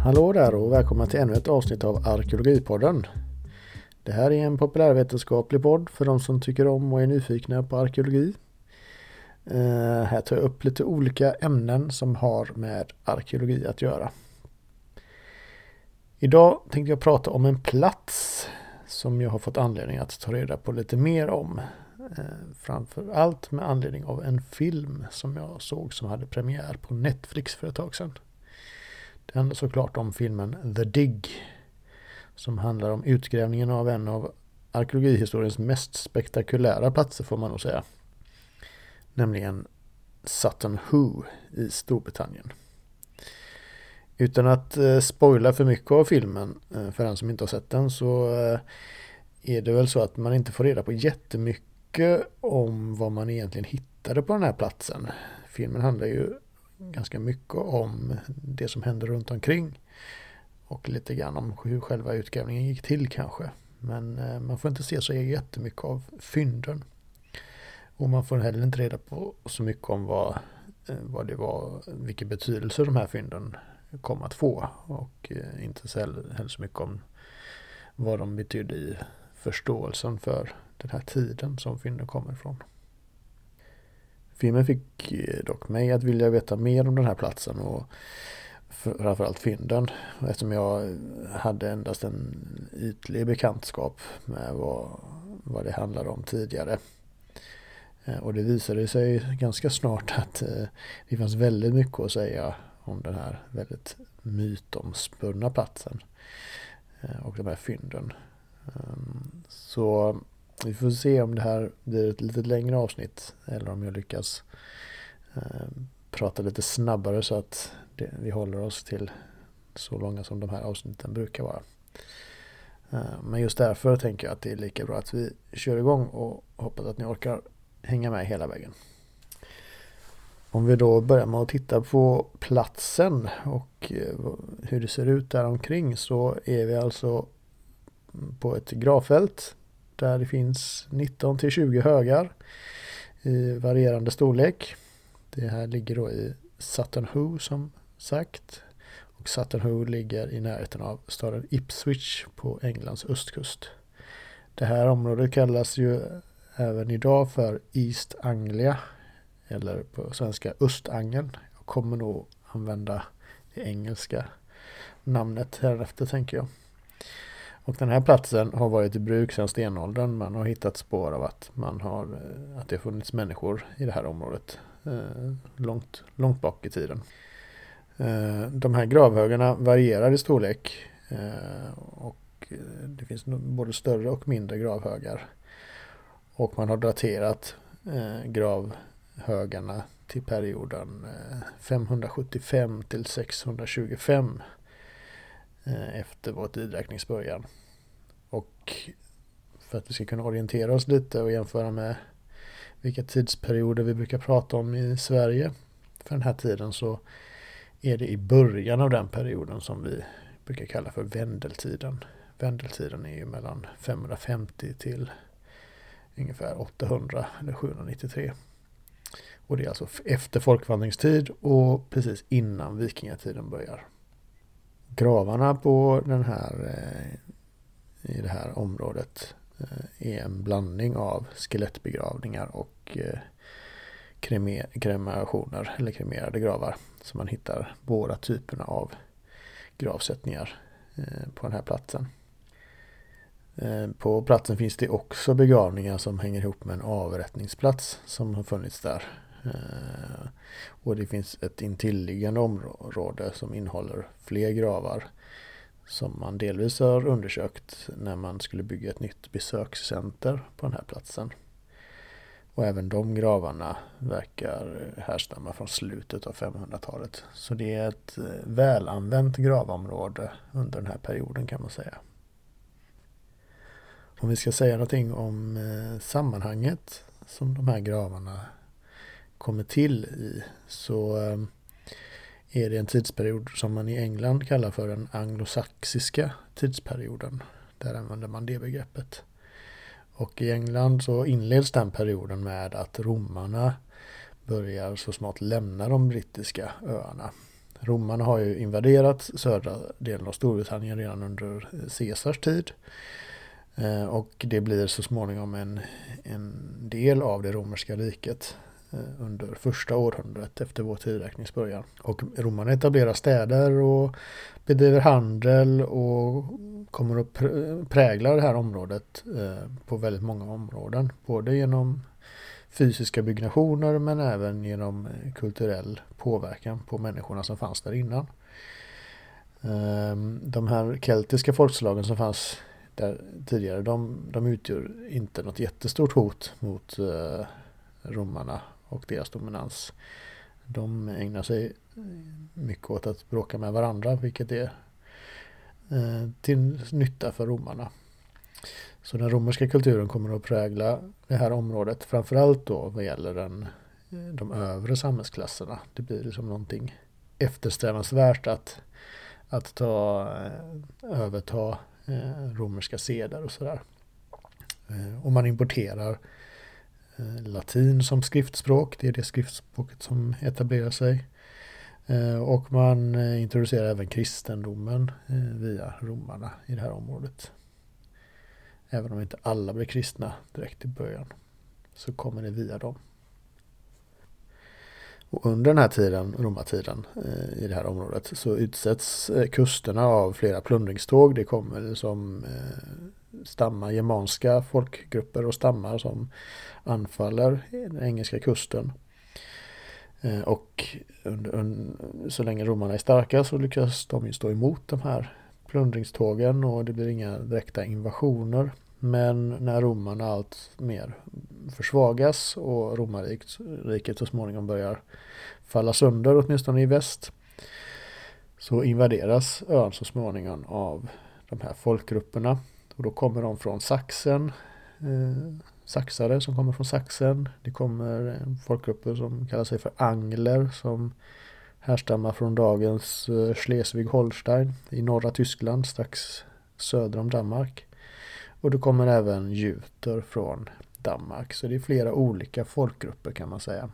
Hallå där och välkomna till ännu ett avsnitt av Arkeologipodden. Det här är en populärvetenskaplig podd för de som tycker om och är nyfikna på arkeologi. Här tar jag upp lite olika ämnen som har med arkeologi att göra. Idag tänkte jag prata om en plats som jag har fått anledning att ta reda på lite mer om. Framför allt med anledning av en film som jag såg som hade premiär på Netflix för ett tag sedan. Det handlar såklart om filmen The Dig som handlar om utgrävningen av en av arkeologihistoriens mest spektakulära platser får man nog säga. Nämligen Sutton Hoo i Storbritannien. Utan att spoila för mycket av filmen för den som inte har sett den så är det väl så att man inte får reda på jättemycket om vad man egentligen hittade på den här platsen. Filmen handlar ju ganska mycket om det som händer runt omkring och lite grann om hur själva utgrävningen gick till kanske. Men man får inte se så jättemycket av fynden. Och man får heller inte reda på så mycket om vad det var, vilken betydelse de här fynden kom att få. Och inte så heller så mycket om vad de betydde i förståelsen för den här tiden som fynden kommer ifrån. Filmen fick dock mig att vilja veta mer om den här platsen och framförallt fynden. Eftersom jag hade endast en ytlig bekantskap med vad det handlade om tidigare. Och det visade sig ganska snart att det fanns väldigt mycket att säga om den här väldigt mytomspunna platsen och de här fynden. Så vi får se om det här blir ett lite längre avsnitt eller om jag lyckas prata lite snabbare så att vi håller oss till så långa som de här avsnitten brukar vara. Men just därför tänker jag att det är lika bra att vi kör igång och hoppas att ni orkar hänga med hela vägen. Om vi då börjar med att titta på platsen och hur det ser ut där omkring så är vi alltså på ett gravfält där det finns 19-20 högar i varierande storlek. Det här ligger då i Sutton Hoo som sagt. Och Sutton Hoo ligger i närheten av staden Ipswich på Englands östkust. Det här området kallas ju även idag för East Anglia eller på svenska Östangeln. Jag kommer nog använda det engelska namnet härefter tänker jag. Och den här platsen har varit i bruk sedan stenåldern. Man har hittat spår av att det har funnits människor i det här området långt bak i tiden. De här gravhögarna varierar i storlek och det finns både större och mindre gravhögar. Och man har daterat gravhögarna till perioden 575 till 625 efter vår tidräknings början. Och för att vi ska kunna orientera oss lite och jämföra med vilka tidsperioder vi brukar prata om i Sverige för den här tiden så är det i början av den perioden som vi brukar kalla för vändeltiden. Vändeltiden är ju mellan 550 till ungefär 800 eller 793. Och det är alltså efter folkvandringstid och precis innan vikingatiden börjar. Gravarna på i det här området är en blandning av skelettbegravningar och kremationer eller kremerade gravar. Så man hittar båda typerna av gravsättningar på den här platsen. På platsen finns det också begravningar som hänger ihop med en avrättningsplats som har funnits där. Och det finns ett intilliggande område som innehåller fler gravar som man delvis har undersökt när man skulle bygga ett nytt besökscenter på den här platsen. Och även de gravarna verkar härstamma från slutet av 500-talet. Så det är ett välanvänt gravområde under den här perioden kan man säga. Om vi ska säga någonting om sammanhanget som de här gravarna kommer till i så är det en tidsperiod som man i England kallar för den anglosaxiska tidsperioden. Där använder man det begreppet. Och i England så inleds den perioden med att romarna börjar så smått lämna de brittiska öarna. Romarna har ju invaderat södra delen av Storbritannien redan under Caesars tid. Och det blir så småningom en del av det romerska riket under första århundradet efter vår tidräknings början. Och romarna etablerar städer och bedriver handel och kommer att prägla det här området på väldigt många områden. Både genom fysiska byggnationer men även genom kulturell påverkan på människorna som fanns där innan. De här keltiska folkslagen som fanns där tidigare, de utgör inte något jättestort hot mot romarna och deras dominans. De ägnar sig mycket åt att bråka med varandra, vilket är till nytta för romarna. Så den romerska kulturen kommer att prägla det här området, framförallt då vad gäller de övre samhällsklasserna. Det blir liksom någonting eftersträvansvärt att överta romerska seder och sådär. Och man importerar latin som skriftspråk, det är det skriftspråket som etablerar sig. Och man introducerar även kristendomen via romarna i det här området. Även om inte alla blir kristna direkt i början så kommer det via dem. Och under den här tiden, romartiden, i det här området så utsätts kusterna av flera plundringståg. Det kommer som germanska folkgrupper och stammar som anfaller den engelska kusten. Och så länge romarna är starka så lyckas de ju stå emot de här plundringstågen och det blir inga direkta invasioner. Men när romarna allt mer försvagas och romarriket så småningom börjar falla sönder, åtminstone i väst, så invaderas ön så småningom av de här folkgrupperna. Och då kommer de från Sachsen, saxare som kommer från Sachsen. Det kommer folkgrupper som kallar sig för angler som härstammar från dagens Schleswig-Holstein i norra Tyskland strax söder om Danmark. Och det kommer även juter från Danmark. Så det är flera olika folkgrupper kan man säga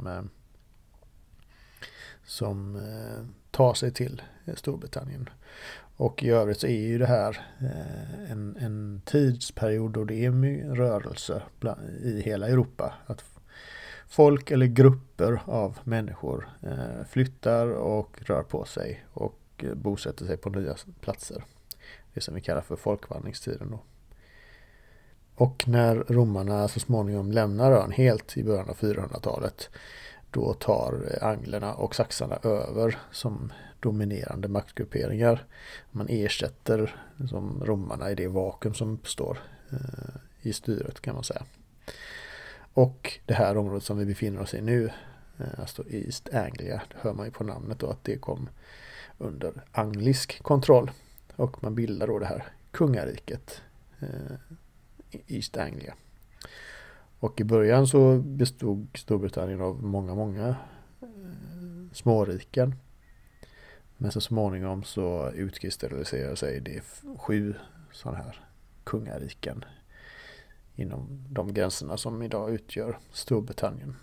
som tar sig till Storbritannien. Och i övrigt så är ju det här en tidsperiod då det är rörelse i hela Europa. Att folk eller grupper av människor flyttar och rör på sig och bosätter sig på nya platser. Det som vi kallar för folkvandringstiden då. Och när romarna så småningom lämnar ön helt i början av 400-talet, då tar anglerna och saxarna över som dominerande maktgrupperingar. Man ersätter som romarna i det vakuum som uppstår i styret kan man säga. Och det här området som vi befinner oss i nu, alltså East Anglia, det hör man ju på namnet då att det kom under anglisk kontroll. Och man bildar då det här kungariket East Anglia. Och i början så bestod Storbritannien av många småriken. Men så småningom så utkristalliserar sig det 7 sådana här kungariken inom de gränserna som idag utgör Storbritannien.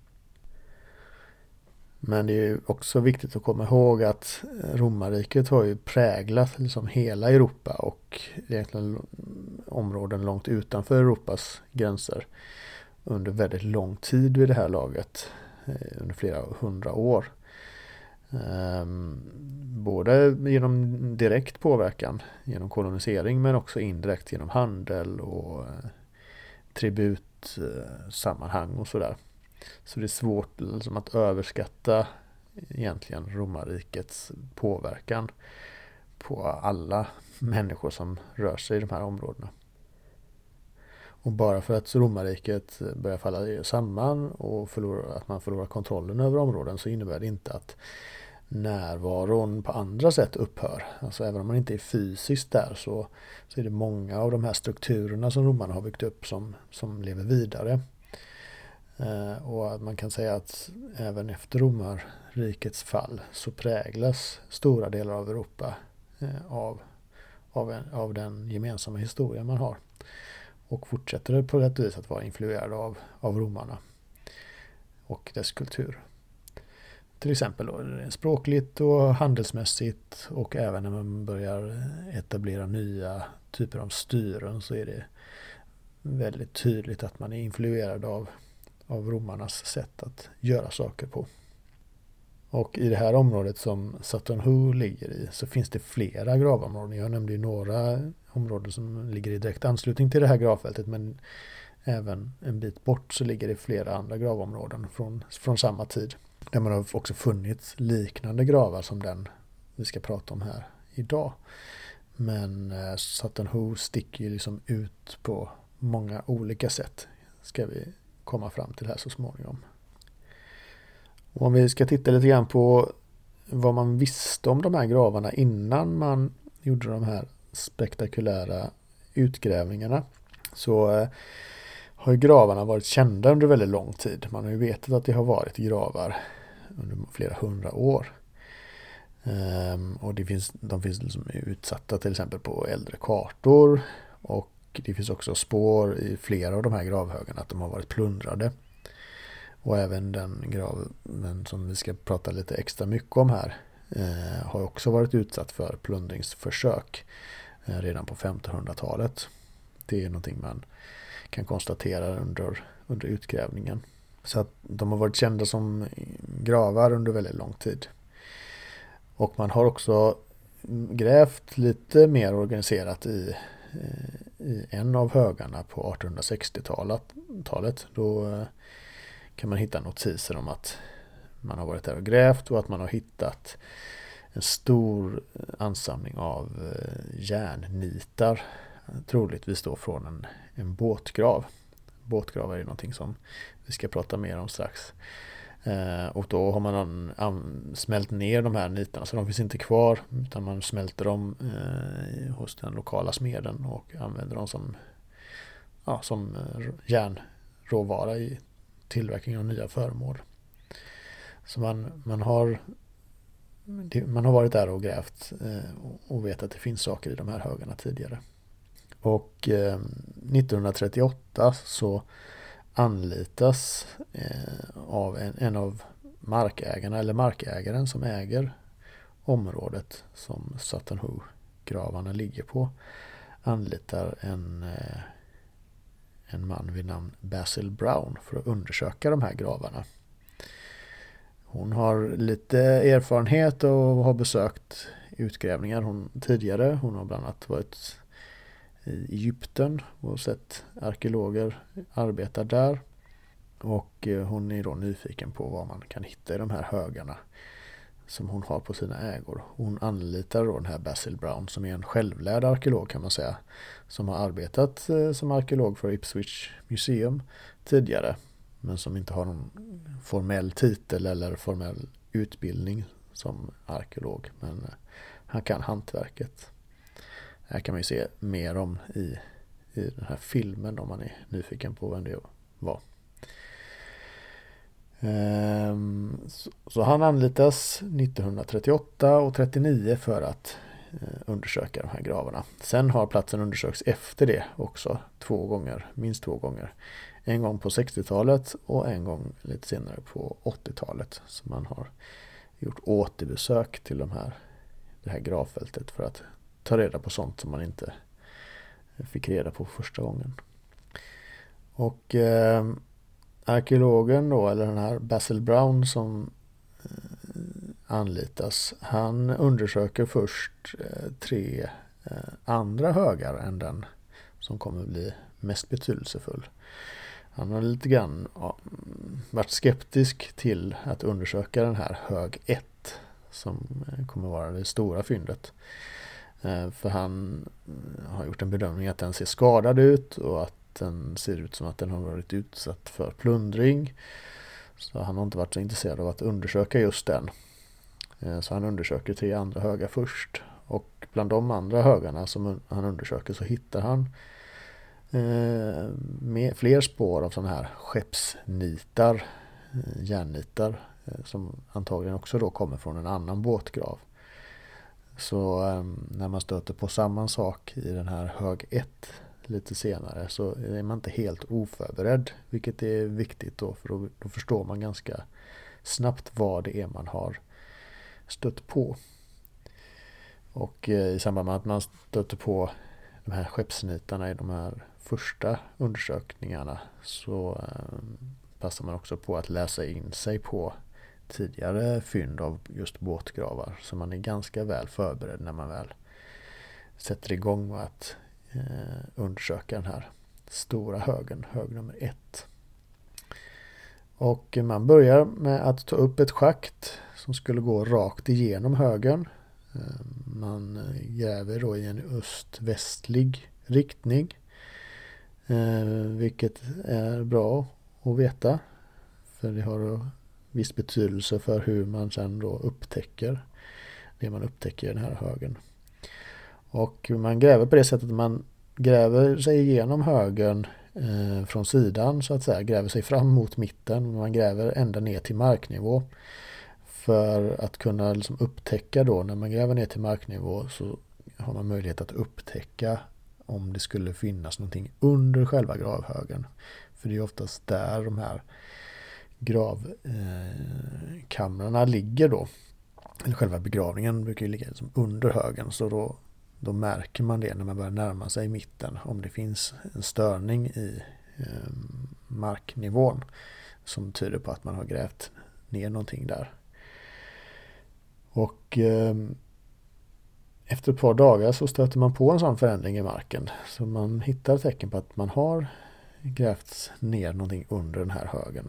Men det är också viktigt att komma ihåg att romarriket har ju präglat liksom hela Europa och egentligen områden långt utanför Europas gränser under väldigt lång tid vid det här laget, under flera 100 år. Både genom direkt påverkan genom kolonisering men också indirekt genom handel och tributsammanhang och sådär. Så det är svårt liksom att överskatta egentligen romarrikets påverkan på alla människor som rör sig i de här områdena. Och bara för att romarriket börjar falla samman och att man förlorar kontrollen över områden så innebär det inte att närvaron på andra sätt upphör. Alltså även om man inte är fysiskt där så är det många av de här strukturerna som romarna har byggt upp som lever vidare. Och man kan säga att även efter romarrikets fall så präglas stora delar av Europa av den gemensamma historia man har. Och fortsätter på ett vis att vara influerad av romarna och dess kultur. till exempel då, språkligt och handelsmässigt, och även när man börjar etablera nya typer av styren så är det väldigt tydligt att man är influerad av romarnas sätt att göra saker på. Och i det här området som Sutton Hoo ligger i så finns det flera gravområden. Jag nämnde ju några områden som ligger i direkt anslutning till det här gravfältet, men även en bit bort så ligger det flera andra gravområden från samma tid. Där man har också funnit liknande gravar som den vi ska prata om här idag. Men Sutton Hoo sticker ju liksom ut på många olika sätt, ska vi komma fram till här så småningom. Och om vi ska titta lite grann på vad man visste om de här gravarna innan man gjorde de här spektakulära utgrävningarna, så har ju gravarna varit kända under väldigt lång tid. Man har ju vetat att det har varit gravar under flera hundra år. Och de finns liksom utsatta till exempel på äldre kartor, och det finns också spår i flera av de här gravhögarna att de har varit plundrade. Och även den graven som vi ska prata lite extra mycket om här har också varit utsatt för plundringsförsök redan på 1500-talet. Det är någonting man kan konstatera under utgrävningen. Så att de har varit kända som gravar under väldigt lång tid. Och man har också grävt lite mer organiserat i en av högarna på 1860-talet. Då kan man hitta notiser om att man har varit där och grävt och att man har hittat en stor ansamling av järnnitar, troligtvis då från en båtgrav. Båtgravar är någonting som vi ska prata mer om strax. Och då har man smält ner de här nitarna, så de finns inte kvar, utan man smälter dem hos den lokala smeden och använder dem som järnråvara i tillverkning av nya föremål. Så man har varit där och grävt och vet att det finns saker i de här högarna tidigare. Och 1938 så anlitas av en av markägarna, eller markägaren som äger området som Sutton Hoo-gravarna ligger på, anlitar en man vid namn Basil Brown för att undersöka de här gravarna. Hon har lite erfarenhet och har besökt utgrävningar tidigare. Hon har bland annat varit i Egypten och sett arkeologer arbeta där. Och hon är då nyfiken på vad man kan hitta i de här högarna som hon har på sina ägor. Hon anlitar då den här Basil Brown, som är en självlärd arkeolog kan man säga, som har arbetat som arkeolog för Ipswich Museum tidigare, men som inte har någon formell titel eller formell utbildning som arkeolog, men han kan hantverket. Här kan man ju se mer om i den här filmen om man är nyfiken på vem det var. Så han anlitas 1938 och 1939 för att undersöka de här gravarna. Sen har platsen undersökts efter det också minst två gånger. En gång på 60-talet och en gång lite senare på 80-talet. Så man har gjort återbesök till det här gravfältet för att ta reda på sånt som man inte fick reda på första gången. Och arkeologen då, eller den här Basil Brown som anlitas, han undersöker först 3 andra högar än den som kommer bli mest betydelsefull. Han har lite grann varit skeptisk till att undersöka den här hög 1 som kommer vara det stora fyndet. För han har gjort en bedömning att den ser skadad ut och att den ser ut som att den har varit utsatt för plundring. Så han har inte varit så intresserad av att undersöka just den. Så han undersöker 3 andra högar först. Och bland de andra högarna som han undersöker så hittar han fler spår av sådana här skeppsnitar, järnnitar, som antagligen också då kommer från en annan båtgrav. Så när man stöter på samma sak i den här hög 1 lite senare så är man inte helt oförberedd, vilket är viktigt då, för då förstår man ganska snabbt vad det är man har stött på. Och i samband med att man stöter på de här skeppsnitarna i de här första undersökningarna så passar man också på att läsa in sig på tidigare fynd av just båtgravar. Så man är ganska väl förberedd när man väl sätter igång med att undersöka den här stora högen, hög nummer 1. Och man börjar med att ta upp ett schakt som skulle gå rakt igenom högen. Man gräver då i en öst-västlig riktning, vilket är bra att veta, för det har viss betydelse för hur man sen då upptäcker det man upptäcker i den här högen. Och man gräver på det sättet att man gräver sig igenom högen från sidan så att säga, gräver sig fram mot mitten, man gräver ända ner till marknivå. För att kunna liksom upptäcka då, när man gräver ner till marknivå så har man möjlighet att upptäcka om det skulle finnas någonting under själva gravhögen. För det är oftast där de här gravkamrarna ligger då. Eller själva begravningen brukar ju ligga liksom under högen, så då märker man det när man börjar närma sig mitten, om det finns en störning i marknivån som tyder på att man har grävt ner någonting där. Och efter ett par dagar så stöter man på en sån förändring i marken. Så man hittar tecken på att man har grävt ner någonting under den här högen.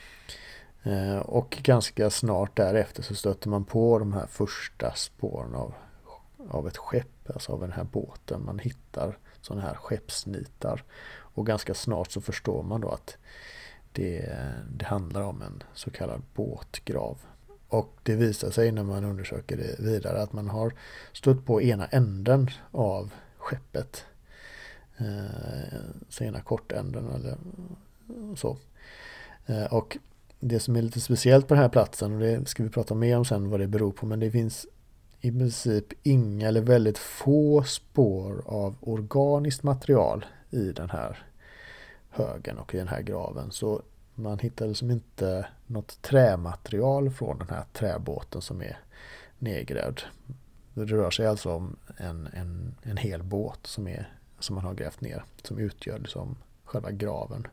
Och ganska snart därefter så stöter man på de här första spåren av ett skepp, alltså av den här båten. Man hittar sådana här skeppsnitar. Och ganska snart så förstår man då att det handlar om en så kallad båtgrav. Och det visar sig när man undersöker det vidare att man har stött på ena änden av skeppet. Så ena kortänden eller så. Och det som är lite speciellt på den här platsen, och det ska vi prata mer om sen vad det beror på, men det finns i princip inga eller väldigt få spår av organiskt material i den här högen och i den här graven. Så man hittar liksom inte något trämaterial från den här träbåten som är nedgrävd. Det rör sig alltså om en hel båt som man har grävt ner, som utgör liksom själva graven.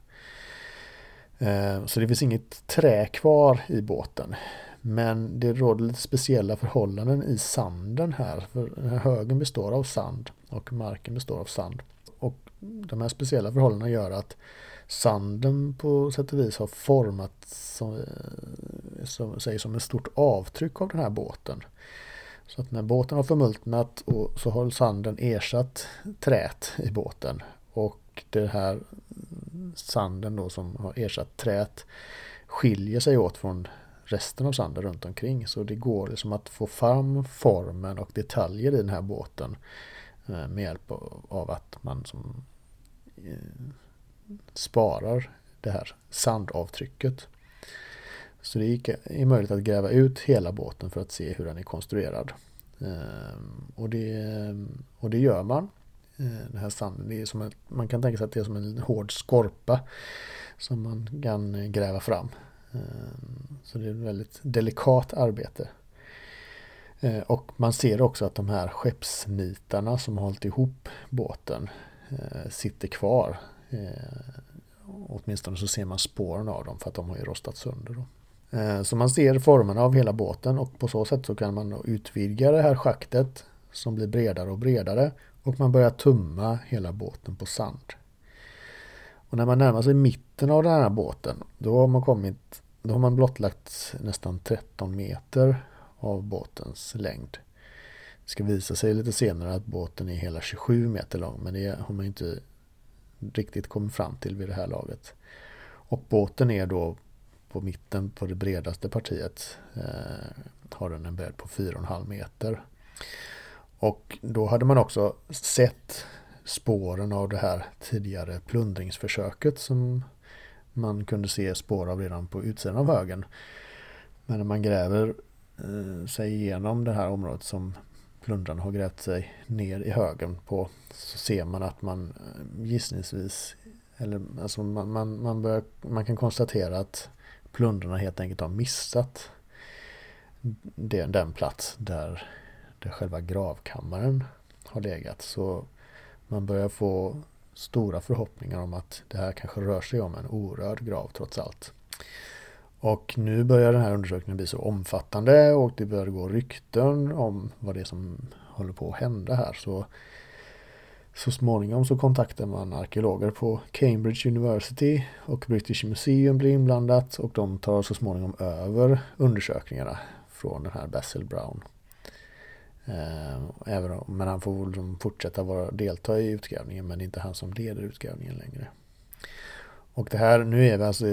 Så det finns inget trä kvar i båten. Men det råder lite speciella förhållanden i sanden här. För den här högen består av sand och marken består av sand. Och de här speciella förhållandena gör att sanden på sätt och vis har format sig som ett stort avtryck av den här båten. Så att när båten har förmultnat så har sanden ersatt träet i båten. Och det här sanden då som har ersatt träet skiljer sig åt från resten av sanden runt omkring. Så det går liksom att få fram formen och detaljer i den här båten med hjälp av att man som sparar det här sandavtrycket. Så det är möjligt att gräva ut hela båten för att se hur den är konstruerad. Och det gör man. Den här sanden, det är man kan tänka sig att det är som en hård skorpa som man kan gräva fram. Så det är ett väldigt delikat arbete. Och man ser också att de här skeppsnitarna som har hållit ihop båten sitter kvar. Åtminstone så ser man spåren av dem för att de har ju rostat sönder då. Så man ser formerna av hela båten och på så sätt så kan man utvidga det här schaktet som blir bredare och bredare och man börjar tumma hela båten på sand. Och när man närmar sig mitten av den här båten då har man blottlagt nästan 13 meter av båtens längd. Det ska visa sig lite senare att båten är hela 27 meter lång, men det har man inte riktigt kommit fram till vid det här laget. Och båten är då på mitten på det bredaste partiet har den en bredd på 4,5 meter. Och då hade man också sett spåren av det här tidigare plundringsförsöket som man kunde se spår av redan på utsidan av högen. Men när man gräver sig igenom det här området som plundrarna har grävt sig ner i högen på så ser man att man gissningsvis eller alltså man kan konstatera att plundrarna helt enkelt har missat den plats där själva gravkammaren har legat. Så man börjar få stora förhoppningar om att det här kanske rör sig om en orörd grav trots allt. Och nu börjar den här undersökningen bli så omfattande och det börjar gå rykten om vad det är som håller på att hända här. Så småningom så kontaktar man arkeologer på Cambridge University och British Museum blir inblandat och de tar så småningom över undersökningarna från den här Basil Brown. Men han får fortsätta delta i utgrävningen, men det är inte han som leder utgrävningen längre. Och det här, nu är vi alltså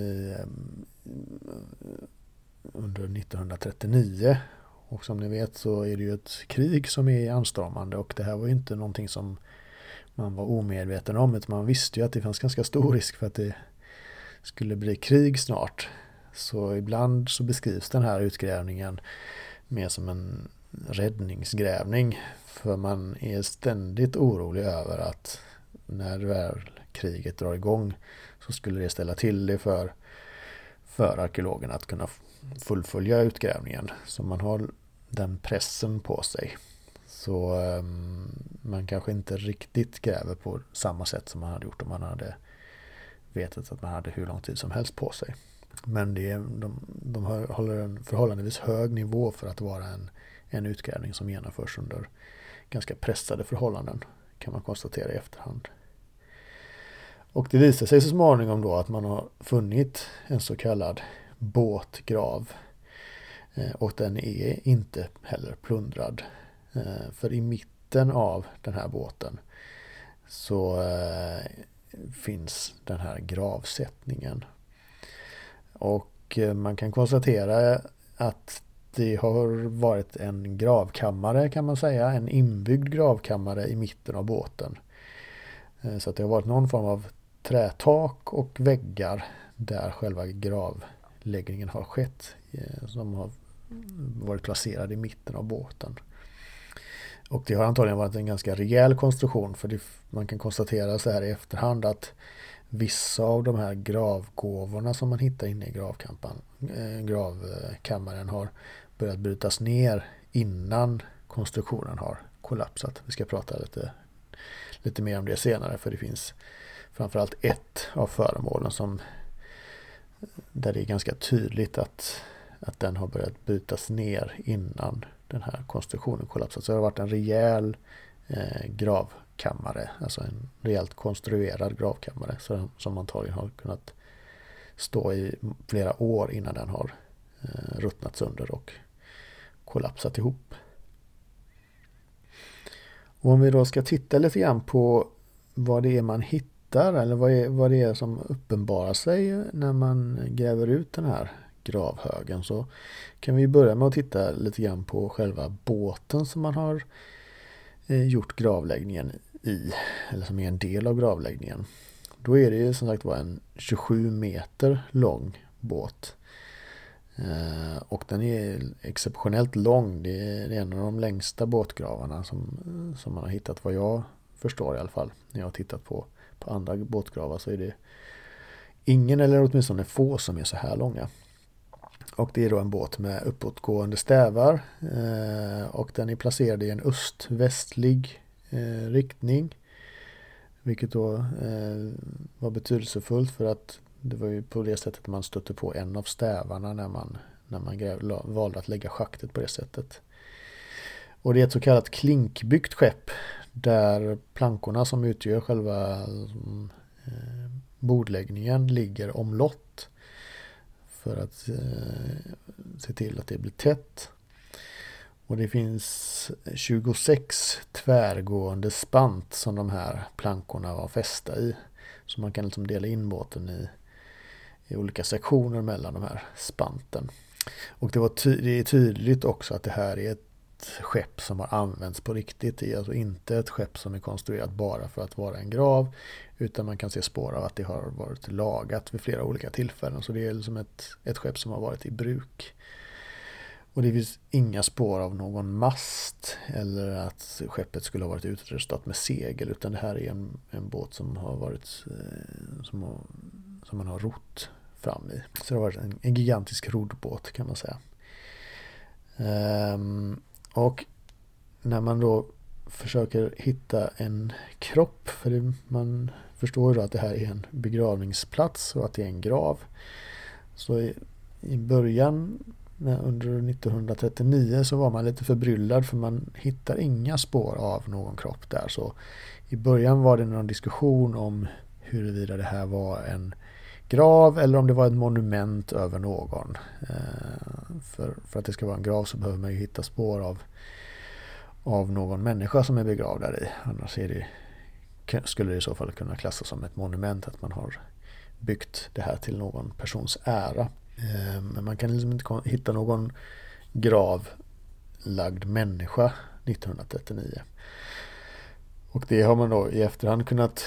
under 1939 och som ni vet så är det ju ett krig som är anstormande och det här var ju inte någonting som man var omedveten om, utan man visste ju att det fanns ganska stor risk för att det skulle bli krig snart. Så ibland så beskrivs den här utgrävningen mer som en räddningsgrävning, för man är ständigt orolig över att när väl kriget drar igång så skulle det ställa till det för arkeologerna att kunna fullfölja utgrävningen. Så man har den pressen på sig. Så man kanske inte riktigt gräver på samma sätt som man hade gjort om man hade vetat att man hade hur lång tid som helst på sig. Men de håller en förhållandevis hög nivå för att vara en utgrävning som genomförs under ganska pressade förhållanden, kan man konstatera i efterhand. Och det visar sig så småningom då att man har funnit en så kallad båtgrav. Och den är inte heller plundrad. För i mitten av den här båten så finns den här gravsättningen. Och man kan konstatera att det har varit en gravkammare, kan man säga, en inbyggd gravkammare i mitten av båten. Så att det har varit någon form av trätak och väggar där själva gravläggningen har skett, som har varit placerad i mitten av båten. Och det har antagligen varit en ganska rejäl konstruktion, för man kan konstatera så här i efterhand att vissa av de här gravgåvorna som man hittar inne i gravkammaren har börjat brytas ner innan konstruktionen har kollapsat. Vi ska prata lite mer om det senare, för det finns framförallt ett av föremålen där det är ganska tydligt att den har börjat brytas ner innan den här konstruktionen kollapsat. Så det har varit en rejäl gravkammare, alltså en rejält konstruerad gravkammare som antagligen har kunnat stå i flera år innan den har ruttnat sönder och kollapsat ihop. Och om vi då ska titta lite grann på vad det är man hittar, eller vad det är som uppenbarar sig när man gräver ut den här gravhögen, så kan vi börja med att titta lite grann på själva båten som man har gjort gravläggningen i, eller som är en del av gravläggningen. Då är det ju som sagt en 27 meter lång båt. Och den är exceptionellt lång. Det är en av de längsta båtgravarna som man har hittat, vad jag förstår i alla fall. När jag har tittat på andra båtgravar så är det ingen, eller åtminstone få, som är så här långa. Och det är då en båt med uppåtgående stävar, och den är placerad i en öst-västlig riktning, vilket då var betydelsefullt, för att det var ju på det sättet man stötte på en av stävarna när man valde att lägga schaktet på det sättet. Och det är ett så kallat klinkbyggt skepp där plankorna som utgör själva bordläggningen ligger omlott för att se till att det blir tätt. Och det finns 26 tvärgående spant som de här plankorna var fästa i. Så man kan liksom dela in båten i olika sektioner mellan de här spanten. Och det är tydligt också att det här är ett skepp som har använts på riktigt. Alltså inte ett skepp som är konstruerat bara för att vara en grav, utan man kan se spår av att det har varit lagat vid flera olika tillfällen. Så det är liksom ett skepp som har varit i bruk. Och det finns inga spår av någon mast eller att skeppet skulle ha varit utrustat med segel, utan det här är en båt som har varit som man har rott fram i. Så det var en gigantisk roddbåt kan man säga. Och när man då försöker hitta en kropp, för man förstår ju då att det här är en begravningsplats och att det är en grav. Så i början under 1939 så var man lite förbryllad för man hittar inga spår av någon kropp där. Så i början var det någon diskussion om huruvida det här var en grav eller om det var ett monument över någon. För att det ska vara en grav så behöver man ju hitta spår av någon människa som är begravd där i. Annars skulle det i så fall kunna klassas som ett monument att man har byggt det här till någon persons ära. Men man kan liksom inte hitta någon gravlagd människa 1939. Och det har man då i efterhand kunnat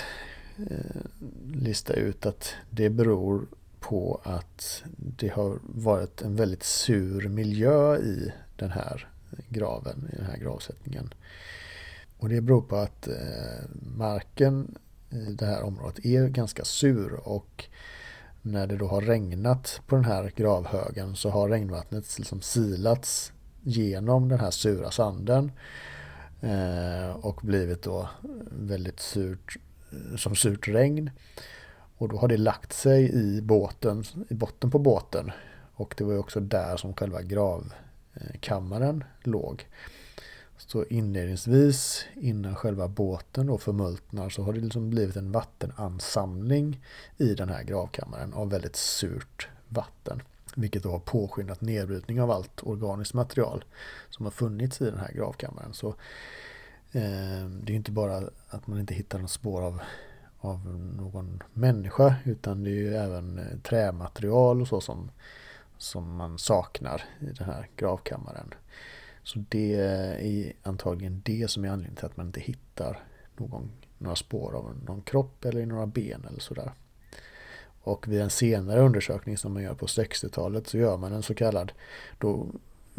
lista ut att det beror på att det har varit en väldigt sur miljö i den här graven, i den här gravsättningen. Och det beror på att marken i det här området är ganska sur, och när det då har regnat på den här gravhögen så har regnvattnet liksom silats genom den här sura sanden och blivit då väldigt surt, som surt regn. Och då har det lagt sig i botten på båten, och det var ju också där som själva gravkammaren låg. Så inledningsvis innan själva båten då förmultnar så har det liksom blivit en vattenansamling i den här gravkammaren av väldigt surt vatten. Vilket då har påskyndat nedbrytning av allt organiskt material som har funnits i den här gravkammaren. Så det är inte bara att man inte hittar något spår av någon människa, utan det är ju även trämaterial och så som man saknar i den här gravkammaren. Så det är antagligen det som är anledningen till att man inte hittar några spår av någon kropp eller några ben eller sådär. Och vid en senare undersökning som man gör på 60-talet så gör man en så kallad, då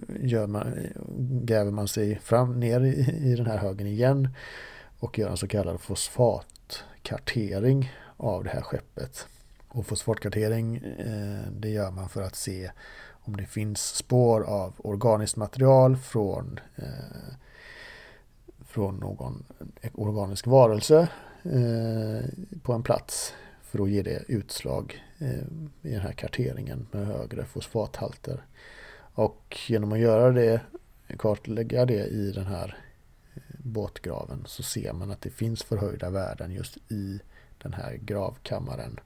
gräver man sig ner i den här högen igen och gör en så kallad fosfatkartering av det här skeppet. Och fosfatkartering det gör man för att se om det finns spår av organiskt material från någon organisk varelse på en plats, för att ge det utslag i den här karteringen med högre fosfathalter. Och genom att göra det, kartlägga det i den här båtgraven, så ser man att det finns förhöjda värden just i den här gravkammaren.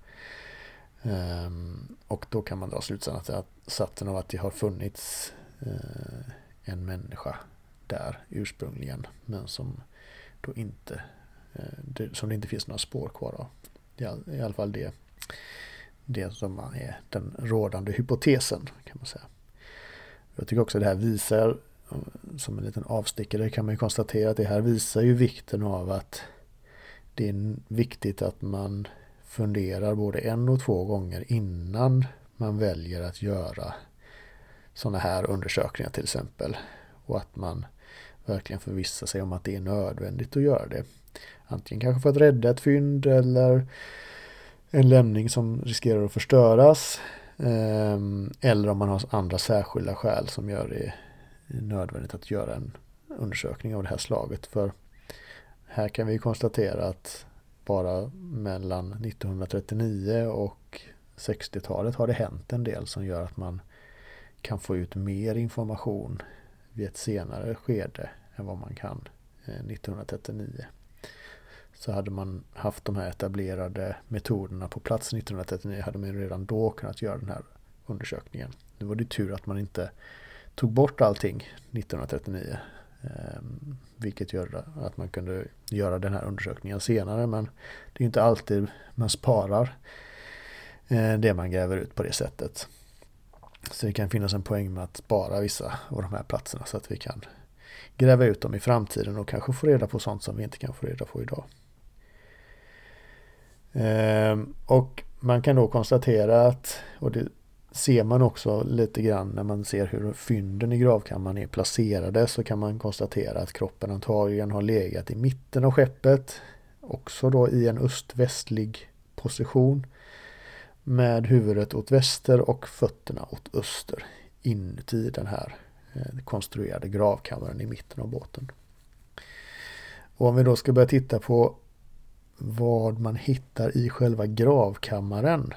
Och då kan man dra slutsatsen av att det har funnits en människa där ursprungligen, men som då inte som det inte finns några spår kvar av. Det är i alla fall det som är den rådande hypotesen, kan man säga. Jag tycker också att det här visar, som en liten avstickare kan man ju konstatera att det här visar ju vikten av att det är viktigt att man funderar både 1 och 2 gånger innan man väljer att göra sådana här undersökningar till exempel. Och att man verkligen förvissar sig om att det är nödvändigt att göra det. Antingen kanske för att rädda ett fynd eller en lämning som riskerar att förstöras. Eller om man har andra särskilda skäl som gör det nödvändigt att göra en undersökning av det här slaget. För här kan vi konstatera att bara mellan 1939 och 60-talet har det hänt en del som gör att man kan få ut mer information vid ett senare skede än vad man kan 1939. Så hade man haft de här etablerade metoderna på plats 1939 hade man redan då kunnat göra den här undersökningen. Nu var det tur att man inte tog bort allting 1939. Vilket gör att man kunde göra den här undersökningen senare, men det är inte alltid man sparar det man gräver ut på det sättet. Så det kan finnas en poäng med att spara vissa av de här platserna så att vi kan gräva ut dem i framtiden och kanske få reda på sånt som vi inte kan få reda på idag. Och man kan då konstatera att, och det ser man också lite grann när man ser hur fynden i gravkammaren är placerade, så kan man konstatera att kroppen antagligen har legat i mitten av skeppet, också då i en öst-västlig position. med huvudet åt väster och fötterna åt öster inuti den här konstruerade gravkammaren i mitten av båten. Och om vi då ska börja titta på vad man hittar i själva gravkammaren,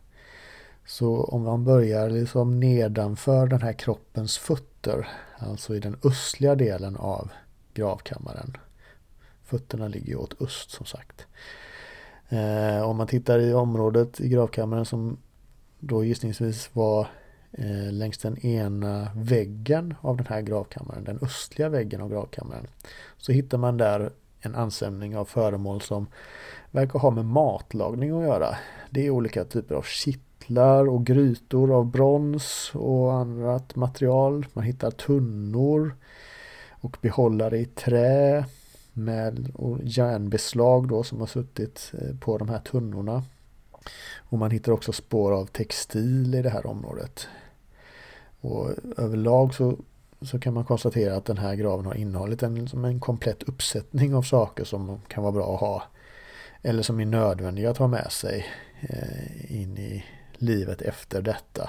så om man börjar liksom nedanför den här kroppens fötter, alltså i den östliga delen av gravkammaren. Fötterna ligger åt öst som sagt. Om man tittar i området i gravkammaren som då gissningsvis var längs den ena väggen av den här gravkammaren, den östliga väggen av gravkammaren, så hittar man där en ansamling av föremål som verkar ha med matlagning att göra. Det är olika typer av kittlar och grytor av brons och annat material. Man hittar tunnor och behållare i trä med järnbeslag då som har suttit på de här tunnorna. Och man hittar också spår av textil i det här området. Och överlag så kan man konstatera att den här graven har innehållit en komplett uppsättning av saker som kan vara bra att ha eller som är nödvändiga att ha med sig in i livet efter detta.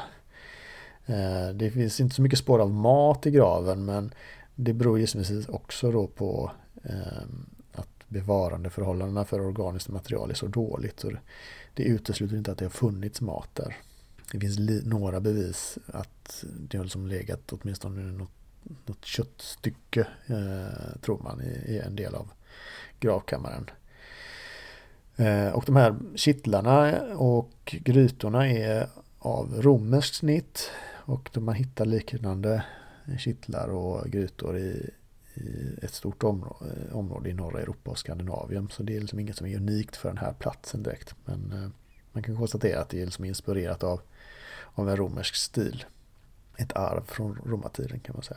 Det finns inte så mycket spår av mat i graven, men det beror givetvis också då på att bevarandeförhållandena för organiskt material är så dåligt, så det utesluter inte att det har funnits mat där. Det finns några bevis att det har liksom legat åtminstone något köttstycke tror man i en del av gravkammaren. Och de här kittlarna och grytorna är av romerskt snitt, och då man hittar liknande kittlar och grytor i ett stort område i norra Europa och Skandinavien, så det är liksom inget som är unikt för den här platsen direkt, men man kan konstatera att det är liksom inspirerat av en romersk stil, ett arv från romartiden kan man säga.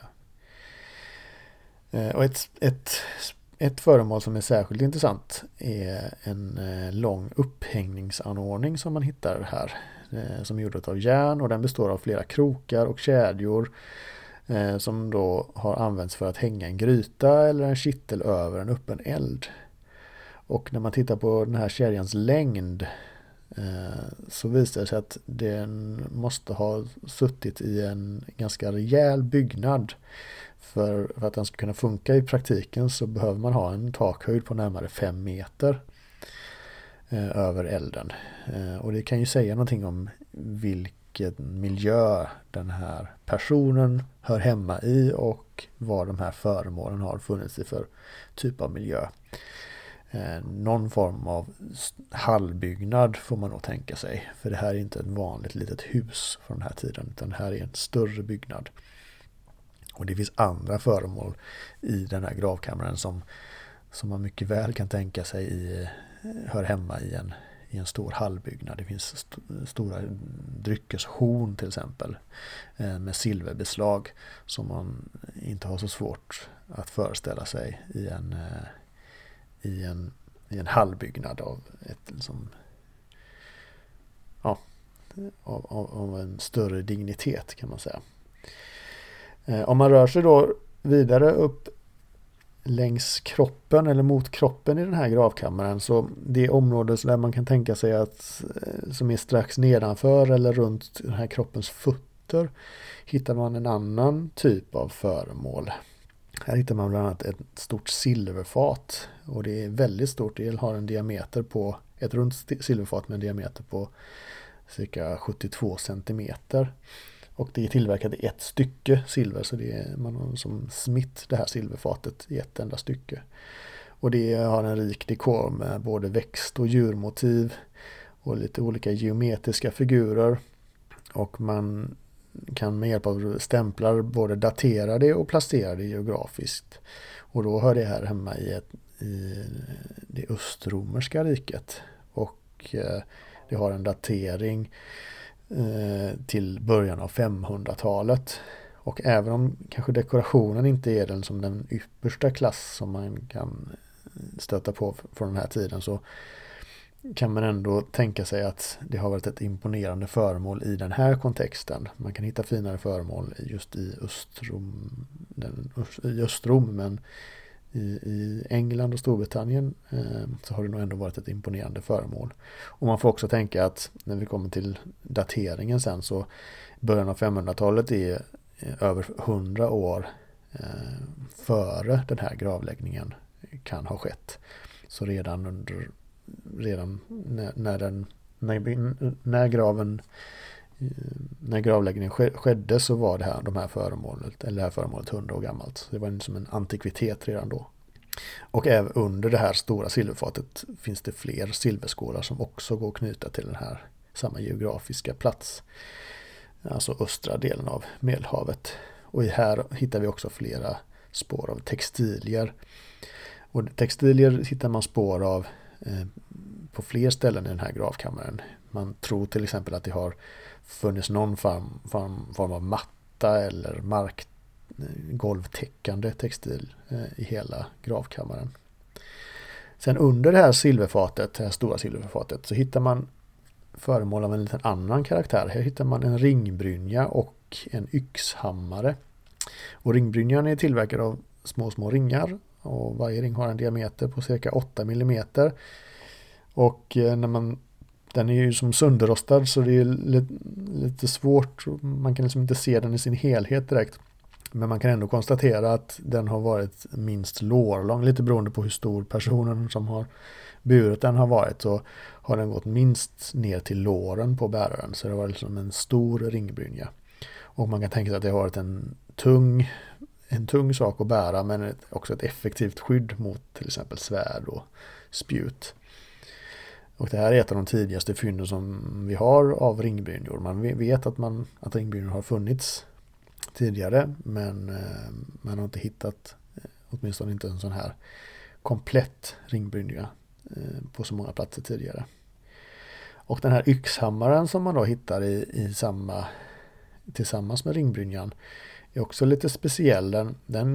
Och ett föremål som är särskilt intressant är en lång upphängningsanordning som man hittar här, som är gjord av järn, och den består av flera krokar och kedjor som då har använts för att hänga en gryta eller en kittel över en öppen eld. Och när man tittar på den här kedjans längd så visar det sig att den måste ha suttit i en ganska rejäl byggnad. För att den ska kunna funka i praktiken så behöver man ha en takhöjd på närmare 5 meter över elden. Och det kan ju säga någonting om vilken miljö den här personen hör hemma i och vad de här föremålen har funnits i för typ av miljö. Någon form av hallbyggnad får man nog tänka sig, för det här är inte ett vanligt litet hus från den här tiden, utan det här är en större byggnad. Och det finns andra föremål i den här gravkammaren som man mycket väl kan tänka sig hör hemma i en stor hallbyggnad. Det finns stora dryckeshorn till exempel med silverbeslag som man inte har så svårt att föreställa sig i en hallbyggnad av av en större dignitet kan man säga. Om man rör sig då vidare upp längs kroppen eller mot kroppen i den här gravkammaren, så det område där man kan tänka sig att som är strax nedanför eller runt den här kroppens fötter hittar man en annan typ av föremål. Här hittar man bland annat ett stort silverfat, och det är väldigt stort. Det har en diameter på ett runt silverfat med en diameter på cirka 72 centimeter. Och det är tillverkat i ett stycke silver, så man har som smitt det här silverfatet i ett enda stycke. Och det har en rik dekor med både växt- och djurmotiv och lite olika geometriska figurer. Och man kan med hjälp av stämplar både datera det och placera det geografiskt. Och då hör det här hemma i det östromerska riket. Och det har en datering till början av 500-talet. Och även om kanske dekorationen inte är den som den yppersta klass som man kan stöta på från den här tiden, så kan man ändå tänka sig att det har varit ett imponerande föremål i den här kontexten. Man kan hitta finare föremål just i Östrom, men i England och Storbritannien så har det nog ändå varit ett imponerande föremål. Och man får också tänka att när vi kommer till dateringen sen, så början av 500-talet är över 100 år före den här gravläggningen kan ha skett. Så redan när gravläggningen skedde, så var det här föremålet 100 år gammalt. Så det var som en antikvitet redan då. Och även under det här stora silverfatet finns det fler silverskålar som också går att knyta till den här samma geografiska plats. Alltså östra delen av Medelhavet. Och här hittar vi också flera spår av textilier. Och textilier hittar man spår av på fler ställen i den här gravkammaren. Man tror till exempel att det har funnits någon form av matta eller golvtäckande textil i hela gravkammaren. Sen under det här stora silverfatet, så hittar man föremål av en liten annan karaktär. Här hittar man en ringbrynja och en yxhammare. Och ringbrynjan är tillverkad av små ringar, och varje ring har en diameter på cirka 8 mm. Och den är ju som sönderrostad, så det är lite svårt, man kan liksom inte se den i sin helhet direkt. Men man kan ändå konstatera att den har varit minst lårlång, lite beroende på hur stor personen som har burit den har varit, så har den gått minst ner till låren på bäraren. Så det var liksom en stor ringbrynja. Och man kan tänka sig att det har varit en tung sak att bära, men också ett effektivt skydd mot till exempel svärd och spjut. Och det här är ett av de tidigaste fynden som vi har av ringbrynjor. Man vet att ringbrynjor har funnits tidigare, men man har inte hittat, åtminstone inte en sån här komplett ringbrynja på så många platser tidigare. Och den här yxhammaren som man då hittar tillsammans med ringbrynjan är också lite speciell.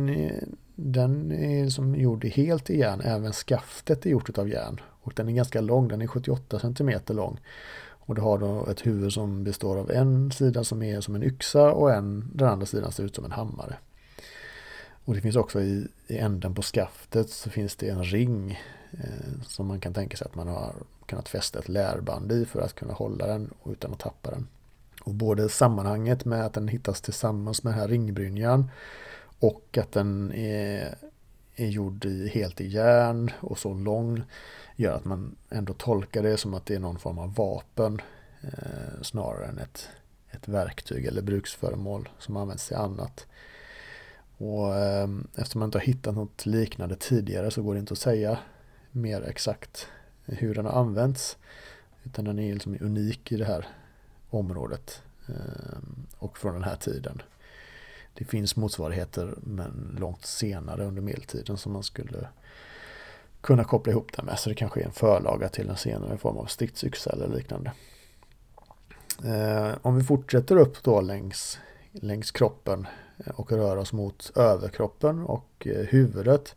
Den är som gjord helt i järn, även skaftet är gjort av järn. Och den är ganska lång, den är 78 cm lång. Och det har då ett huvud som består av en sida som är som en yxa och den andra sidan ser ut som en hammare. Och det finns också i änden på skaftet så finns det en ring som man kan tänka sig att man har kunnat fästa ett lärband i för att kunna hålla den utan att tappa den. Och både sammanhanget med att den hittas tillsammans med den här ringbrynjan och att den är gjord helt i järn och så lång gör att man ändå tolkar det som att det är någon form av vapen snarare än ett verktyg eller bruksföremål som används till annat. Och eftersom man inte har hittat något liknande tidigare så går det inte att säga mer exakt hur den har använts, utan den är liksom unik i det här området och från den här tiden. Det finns motsvarigheter men långt senare under medeltiden som man skulle kunna koppla ihop den med, så det kanske är en förlaga till en senare form av stridsyxa eller liknande. Om vi fortsätter upp då längs kroppen och rör oss mot överkroppen och huvudet,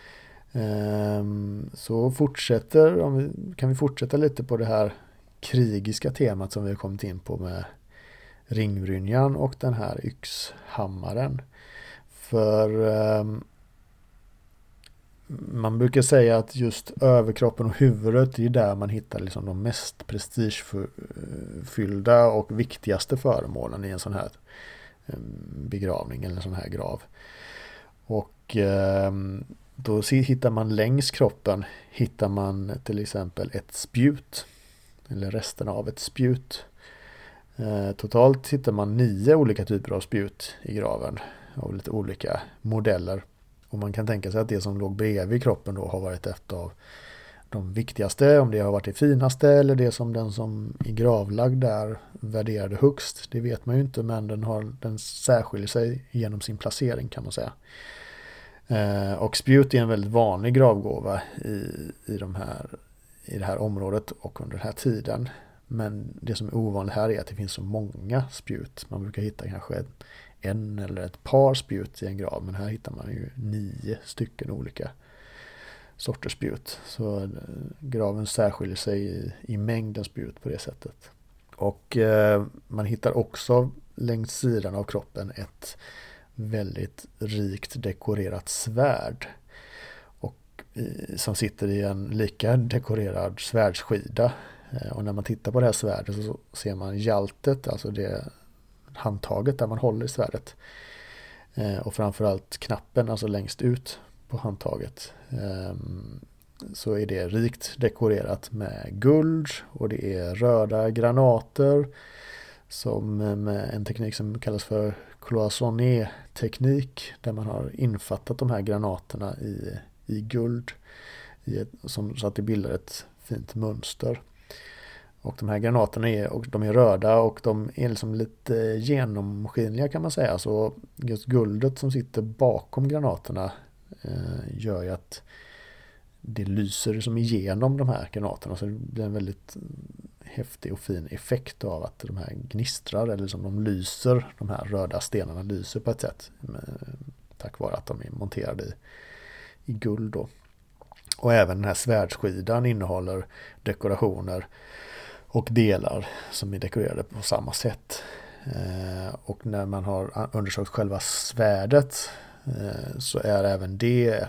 så kan vi fortsätta lite på det här krigiska temat som vi har kommit in på med ringbrynjan och den här yxhammaren. För man brukar säga att just överkroppen och huvudet är där man hittar liksom de mest prestigefyllda och viktigaste föremålen i en sån här begravning eller en sån här grav. Och då hittar man längs kroppen hittar man till exempel ett spjut eller resterna av ett spjut. Totalt hittar man 9 olika typer av spjut i graven av lite olika modeller. Och man kan tänka sig att det som låg bredvid kroppen då har varit ett av de viktigaste, om det har varit det finaste eller det som den som är gravlagd där värderade högst. Det vet man ju inte, men den särskiljer sig genom sin placering kan man säga. Och spjut är en väldigt vanlig gravgåva i det här området och under den här tiden. Men det som är ovanligt här är att det finns så många spjut. Man brukar hitta kanske en eller ett par spjut i en grav, men här hittar man ju 9 stycken olika sorters spjut. Så graven särskiljer sig i mängden spjut på det sättet. Och man hittar också längs sidan av kroppen ett väldigt rikt dekorerat svärd. som sitter i en lika dekorerad svärdsskida. Och när man tittar på det här svärdet så ser man hjaltet, alltså det handtaget där man håller i svärdet. Och framförallt knappen, alltså längst ut på handtaget. Så är det rikt dekorerat med guld och det är röda granater som med en teknik som kallas för cloisonné-teknik, där man har infattat de här granaterna i guld så att det bildar ett fint mönster. Och de här granaterna de är röda och de är liksom lite genomskinliga kan man säga. Så just guldet som sitter bakom granaterna gör ju att det lyser som igenom de här granaterna. Så det blir en väldigt häftig och fin effekt av att de här gnistrar eller som de lyser, de här röda stenarna lyser på ett sätt. Tack vare att de är monterade i guld då. Och även den här svärdsskidan innehåller dekorationer och delar som är dekorerade på samma sätt. Och när man har undersökt själva svärdet så är även det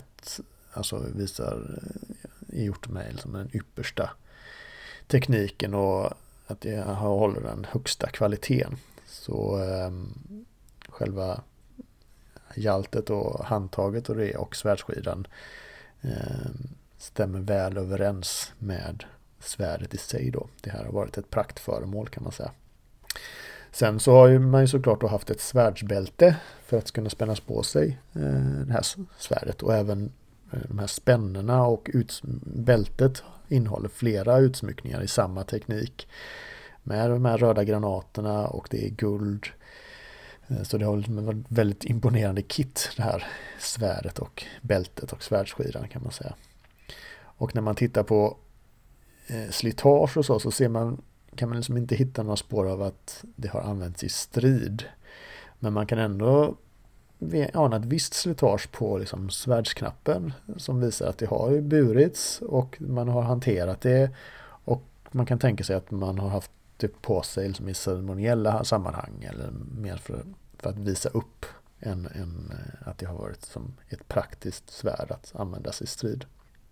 är gjort med liksom den yppersta tekniken och att det håller den högsta kvaliteten. Så själva hjaltet och handtaget och svärdsskidan stämmer väl överens med svärdet i sig då. Det här har varit ett praktföremål kan man säga. Sen så har man ju såklart haft ett svärdsbälte för att kunna spännas på sig det här svärdet, och även de här spännena och bältet innehåller flera utsmyckningar i samma teknik med de här röda granaterna och det är guld. Så det har ett väldigt imponerande kit, det här svärdet och bältet och svärdsskidan kan man säga. Och när man tittar på slitage och så kan man liksom inte hitta några spår av att det har använts i strid. Men man kan ändå ana ett visst slitage på liksom svärdsknappen som visar att det har ju burits och man har hanterat det, och man kan tänka sig att man har haft det på sig liksom i ceremoniella sammanhang eller mer för att visa upp att det har varit som ett praktiskt svärd att användas i strid.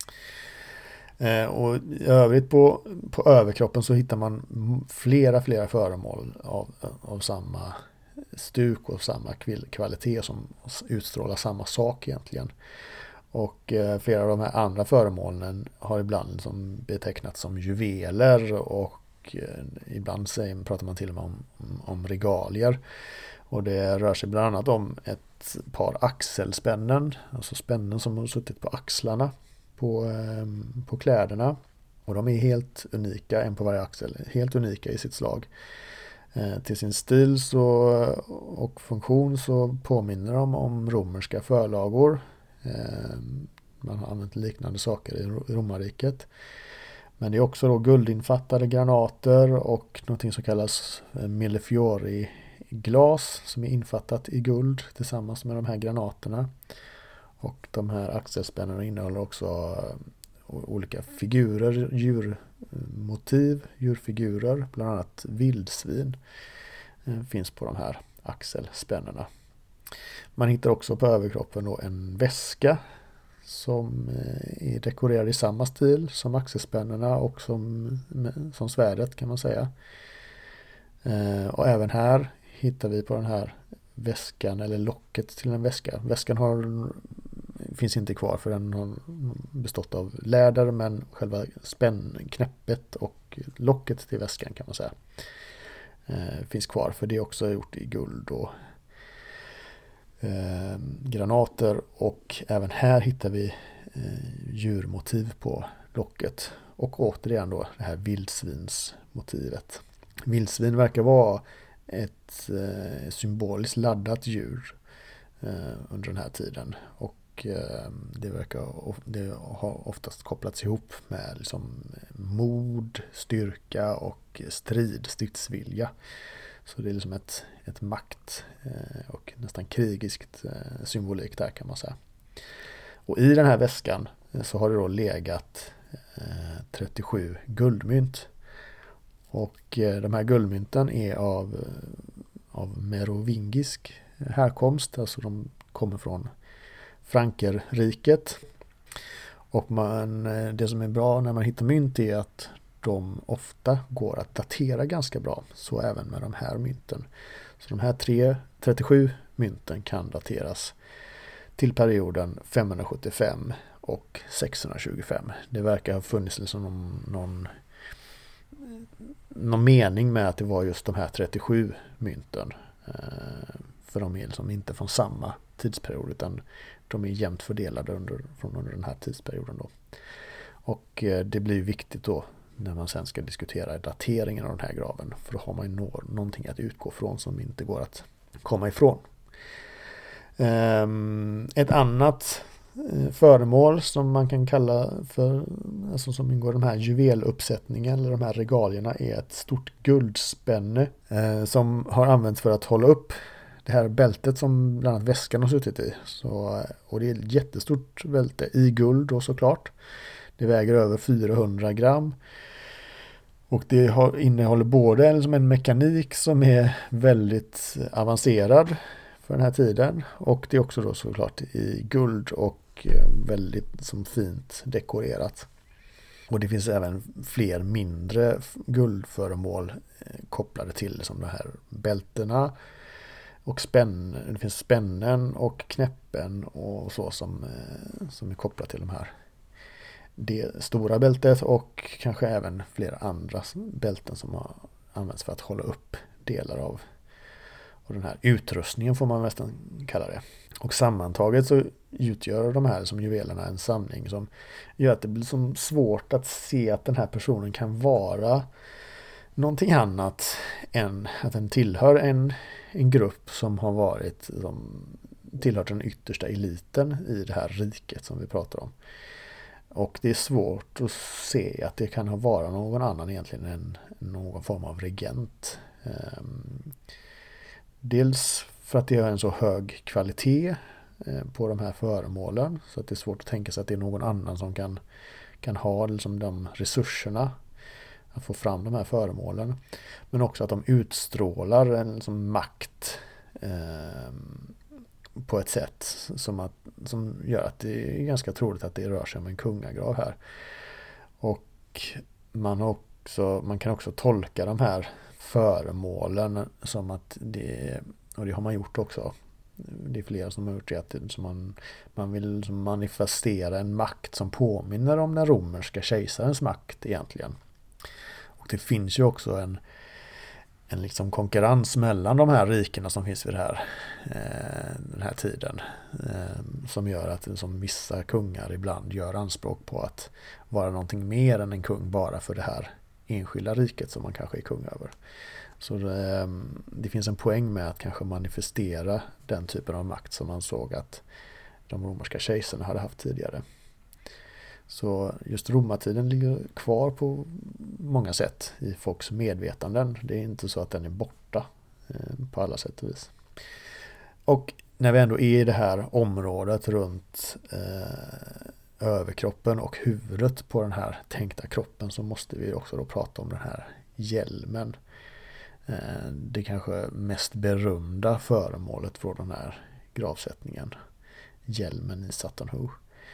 Och i övrigt på överkroppen så hittar man flera föremål av samma stuk och samma kvalitet som utstrålar samma sak egentligen. Och flera av de här andra föremålen har ibland liksom betecknats som juveler, och ibland pratar man till och med om regalier. Och det rör sig bland annat om ett par axelspännen, alltså spännen som har suttit på axlarna på kläderna. Och de är helt unika, en på varje axel, helt unika i sitt slag. Till sin stil och funktion så påminner de om romerska förlagor. Man har använt liknande saker i romarriket. Men det är också då guldinfattade granater och något som kallas millefiori-glas som är infattat i guld tillsammans med de här granaterna. Och de här axelspännena innehåller också olika figurer, djurfigurer, bland annat vildsvin finns på de här axelspännena. Man hittar också på överkroppen då en väska som är dekorerad i samma stil som axelspännena och som svärdet kan man säga. Och även här hittar vi på den här väskan eller locket till en väska. Väskan finns inte kvar för den har bestått av läder, men själva spännknäppet och locket till väskan kan man säga finns kvar, för det är också gjort i guld och granater, och även här hittar vi djurmotiv på locket och återigen då det här vildsvinsmotivet. Vildsvin verkar vara ett symboliskt laddat djur under den här tiden, och det har oftast kopplats ihop med liksom mod, styrka och stridsvilja. Så det är liksom ett makt och nästan krigiskt symbolik där kan man säga. Och i den här väskan så har det då legat 37 guldmynt. Och de här guldmynten är av merovingisk härkomst, alltså de kommer från Frankerriket. Och det som är bra när man hittar mynt är att de ofta går att datera ganska bra. Så även med de här mynten. Så de här 37 mynten kan dateras till perioden 575 och 625. Det verkar ha funnits liksom någon mening med att det var just de här 37 mynten. För de är liksom inte från samma tidsperiod utan de är jämnt fördelade under den här tidsperioden då. Och det blir viktigt då när man sen ska diskutera dateringen av den här graven. För då har man ju någonting att utgå från som inte går att komma ifrån. Ett annat föremål som man kan kalla för, alltså som ingår i de här juveluppsättningen eller de här regalierna, är ett stort guldspänne som har använts för att hålla upp det här bältet som bland annat väskan har suttit i. Och det är ett jättestort bälte i guld då såklart. Det väger över 400 gram. Och det innehåller både liksom en mekanik som är väldigt avancerad för den här tiden. Och det är också då såklart i guld och väldigt som fint dekorerat. Och det finns även fler mindre guldföremål kopplade till som de här bältena. Och det finns spännen och knäppen och så som är kopplat till de här. Det stora bältet och kanske även flera andra bälten som har använts för att hålla upp delar av den här utrustningen, får man nästan kalla det. Och sammantaget så utgör de här som juvelerna en samling som gör att det blir som svårt att se att den här personen kan vara någonting annat än att den tillhör en grupp som har tillhört den yttersta eliten i det här riket som vi pratar om. Och det är svårt att se att det kan ha varit någon annan egentligen än någon form av regent. Dels för att det har en så hög kvalitet på de här föremålen så att det är svårt att tänka sig att det är någon annan som kan ha liksom de resurserna att få fram de här föremålen. Men också att de utstrålar en liksom makt på ett sätt som gör att det är ganska troligt att det rör sig om en kungagrav här. Och man kan också tolka de här föremålen som att och det har man gjort också. Det är flera som har gjort det, att man vill manifestera en makt som påminner om den romerska kejsarens makt egentligen. Och det finns ju också en liksom konkurrens mellan de här rikena som finns vid den här tiden, som gör att vissa kungar ibland gör anspråk på att vara någonting mer än en kung bara för det här enskilda riket som man kanske är kung över. Så det finns en poäng med att kanske manifestera den typen av makt som man såg att de romerska kejsarna hade haft tidigare. Så just romartiden ligger kvar på många sätt i folks medvetanden. Det är inte så att den är borta på alla sätt och vis. Och när vi ändå är i det här området runt överkroppen och huvudet på den här tänkta kroppen, så måste vi också då prata om den här hjälmen. Det kanske mest berömda föremålet från den här gravsättningen. Hjälmen i Sutton Hoo.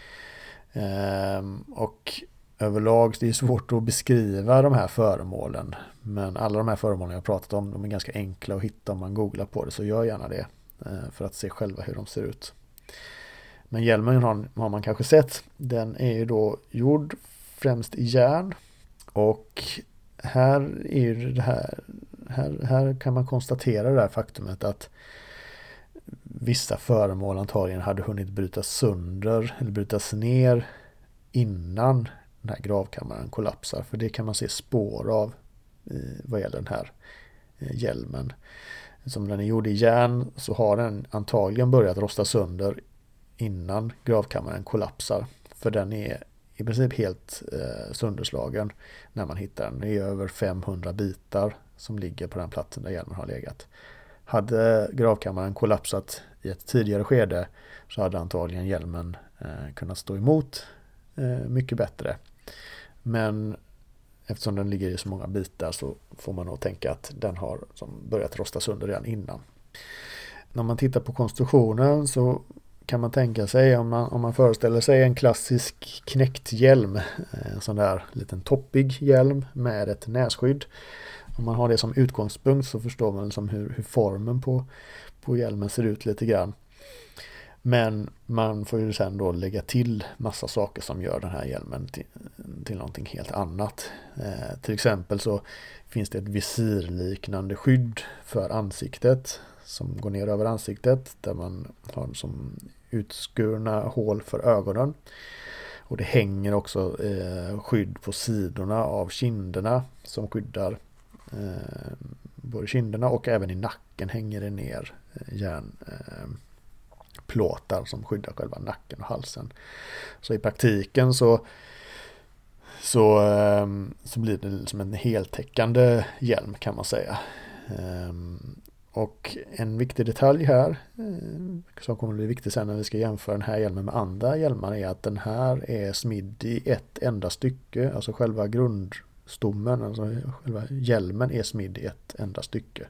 Och överlag det är svårt att beskriva de här föremålen, men alla de här föremålen jag har pratat om, de är ganska enkla att hitta om man googlar på det, så gör gärna det för att se själva hur de ser ut. Men hjälmen har man kanske sett. Den är ju då gjord främst i järn, och här är det här kan man konstatera det här faktumet att vissa föremål antagligen hade hunnit brytas sönder eller brytas ner innan den här gravkammaren kollapsar. För det kan man se spår av vad gäller den här hjälmen. Som den är gjord i järn så har den antagligen börjat rosta sönder innan gravkammaren kollapsar. För den är i princip helt sönderslagen när man hittar den. Det är över 500 bitar som ligger på den platsen där hjälmen har legat. Hade gravkammaren kollapsat i ett tidigare skede så hade antagligen hjälmen kunnat stå emot mycket bättre. Men eftersom den ligger i så många bitar så får man nog tänka att den har börjat rosta sönder redan innan. När man tittar på konstruktionen så kan man tänka sig om man föreställer sig en klassisk knäckt-hjälm, en sån där liten toppig hjälm med ett nässkydd. Om man har det som utgångspunkt så förstår man liksom hur formen på hjälmen ser ut lite grann. Men man får ju sen då lägga till massa saker som gör den här hjälmen till någonting helt annat. Till exempel så finns det ett visirliknande skydd för ansiktet som går ner över ansiktet, där man har som utskurna hål för ögonen. Och det hänger också skydd på sidorna av kinderna som skyddar både kinderna, och även i nacken hänger det ner järnplåtar som skyddar själva nacken och halsen. Så i praktiken så blir det som en heltäckande hjälm, kan man säga. Och en viktig detalj här som kommer att bli viktig sen när vi ska jämföra den här hjälmen med andra hjälmar är att den här är smidd i ett enda stycke. Alltså själva grundstommen, alltså själva hjälmen är smidd i ett enda stycke.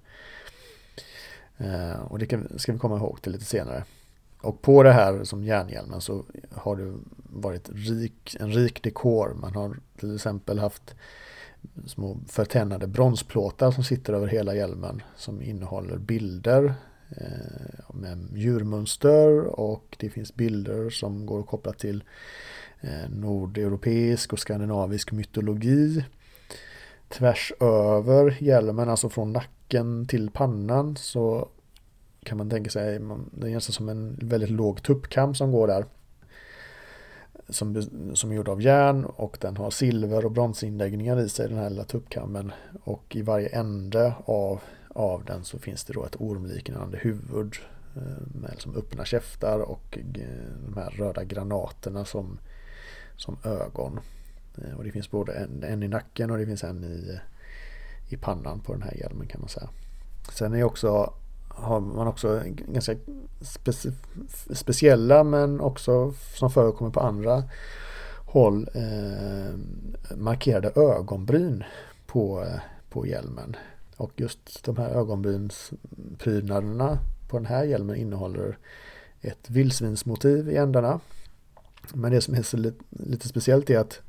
Och det ska vi komma ihåg till lite senare. Och på det här som järnhjälmen så har det varit en rik dekor. Man har till exempel haft små förtännade bronsplåtar som sitter över hela hjälmen som innehåller bilder med djurmönster, och det finns bilder som går att koppla till nordeuropeisk och skandinavisk mytologi. Tvärs över hjälmen, alltså från nacken till pannan, så kan man tänka sig, det är nästan som en väldigt låg tuppkam som går där. Som är gjord av järn, och den har silver- och bronsinläggningar i sig, den här lilla tuppkammen. Och i varje ände av den så finns det då ett ormliknande huvud med liksom öppna käftar och de här röda granaterna som ögon. Och det finns både en i nacken och det finns en i pannan på den här hjälmen, kan man säga. Sen har man också ganska speciella, men också som förekommer på andra håll, markerade ögonbryn på hjälmen. Och just de här ögonbrynsprydnaderna på den här hjälmen innehåller ett vildsvinsmotiv i ändarna. Men det som är så lite speciellt är att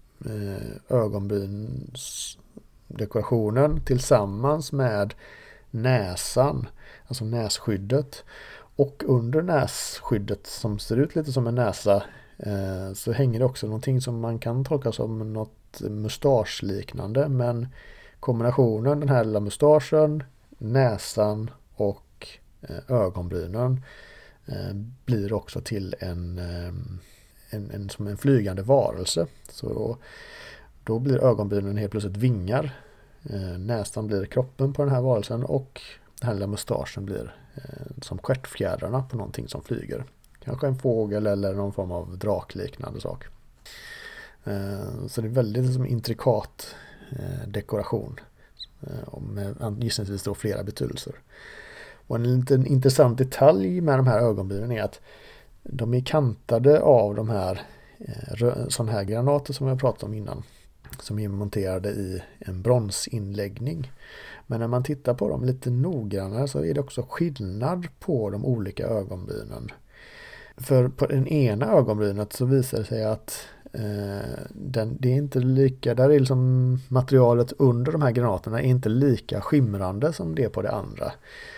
ögonbrynsdekorationen tillsammans med näsan, alltså nässkyddet, och under nässkyddet som ser ut lite som en näsa, så hänger det också någonting som man kan tolka som något mustaschliknande, men kombinationen, den här lilla mustaschen, näsan och ögonbrynen blir också till som en flygande varelse. Så då blir ögonbrynen helt plötsligt vingar. Nästan blir kroppen på den här varelsen, och den här lilla mustaschen blir som stjärtfjädrarna på någonting som flyger. Kanske en fågel eller någon form av drakliknande sak. Så det är väldigt liksom intrikat dekoration. Med gissningsvis då flera betydelser. Och en liten intressant detalj med de här ögonbrynen är att de är kantade av de här sådana här granater som jag pratade om innan, som är monterade i en bronsinläggning. Men när man tittar på dem lite noggrannare så är det också skillnad på de olika ögonbrynen. För på den ena ögonbrynet så visar det sig att det är inte lika, där är liksom materialet under de här granaterna är inte lika skimrande som det är på det andra.